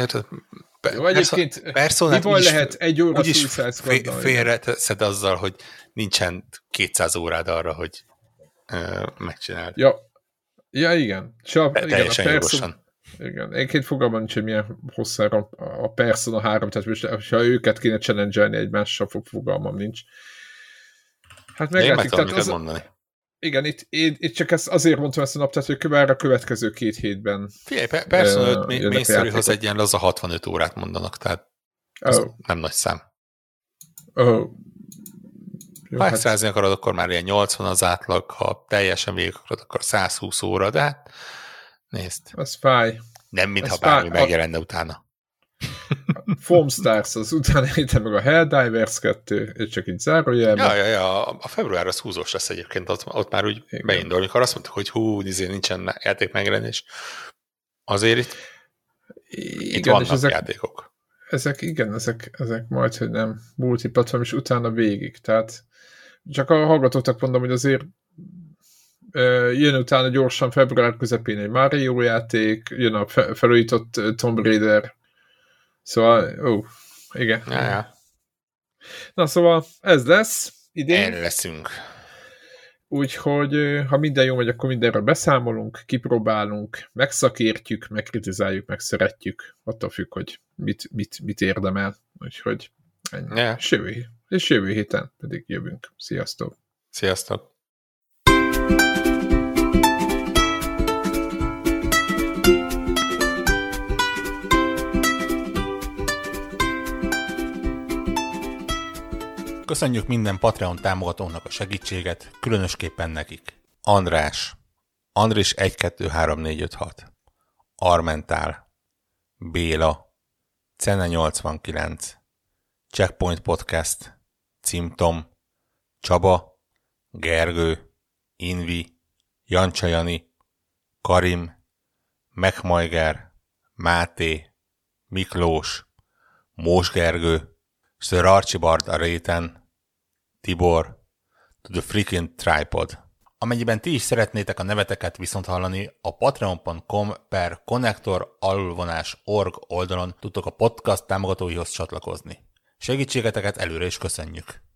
Mi baj lehet egy óra Suicide Squaddal? Félreteszed azzal, hogy nincsen 200 órád arra, hogy megcsináld. Ja, igen. Teljesen jogosan. Igen. Egyébként fogalmam nincs, hogy milyen hosszára a Persona 3, tehát most, ha őket kéne challenge-elni egymással, fogalmam nincs. Hát meglátjuk. Én meg mondani. Igen, itt csak azért mondtam ezt a naptát, hogy a következő 2 hétben. Figyelj, Persona 5 main storyhoz egy ilyen laza 65 órát mondanak, tehát nem nagy szám. Jó, ha extrázni akarod, akkor már ilyen 80 az átlag, ha teljesen végig akarod, akkor 120 óra, de hát nézd. Az fáj. Nem, mintha bármi megjelenne utána. Foam Stars, az utána héten meg a Helldivers 2, és csak így zárójelben. Ja, a február az húzós lesz egyébként, ott már úgy beindul, amikor azt mondtuk, hogy nincsen játék megjelenés. Azért itt vannak játékok. Ezek majd, hogy nem multiplatform, és utána végig. Tehát csak a hallgatóknak mondom, hogy azért jön utána gyorsan február közepén egy Mario játék, jön a felújított Tomb Raider. Szóval, igen. Ja. Na szóval ez lesz idén. Leszünk. Úgyhogy ha minden jó megy, akkor mindenről beszámolunk, kipróbálunk, megszakértjük, megkritizáljuk, megszeretjük, attól függ, hogy mit érdemel. Úgyhogy ennyi. És jövő héten pedig jövünk. Sziasztok! Sziasztok! Köszönjük minden Patreon támogatónak a segítséget, különösképpen nekik. András, Andris 123456, Armentál, Béla, Cene 89, Checkpoint Podcast, Cimtom, Csaba, Gergő, Invi, Jancsajani, Karim, Megmajger, Máté, Miklós, Mós Gergő, Sir Archibald a réten, Tibor, to the freaking tripod. Amennyiben ti is szeretnétek a neveteket viszont hallani, a patreon.com/connector_org oldalon tudtok a podcast támogatóihoz csatlakozni. Segítségeteket előre is köszönjük!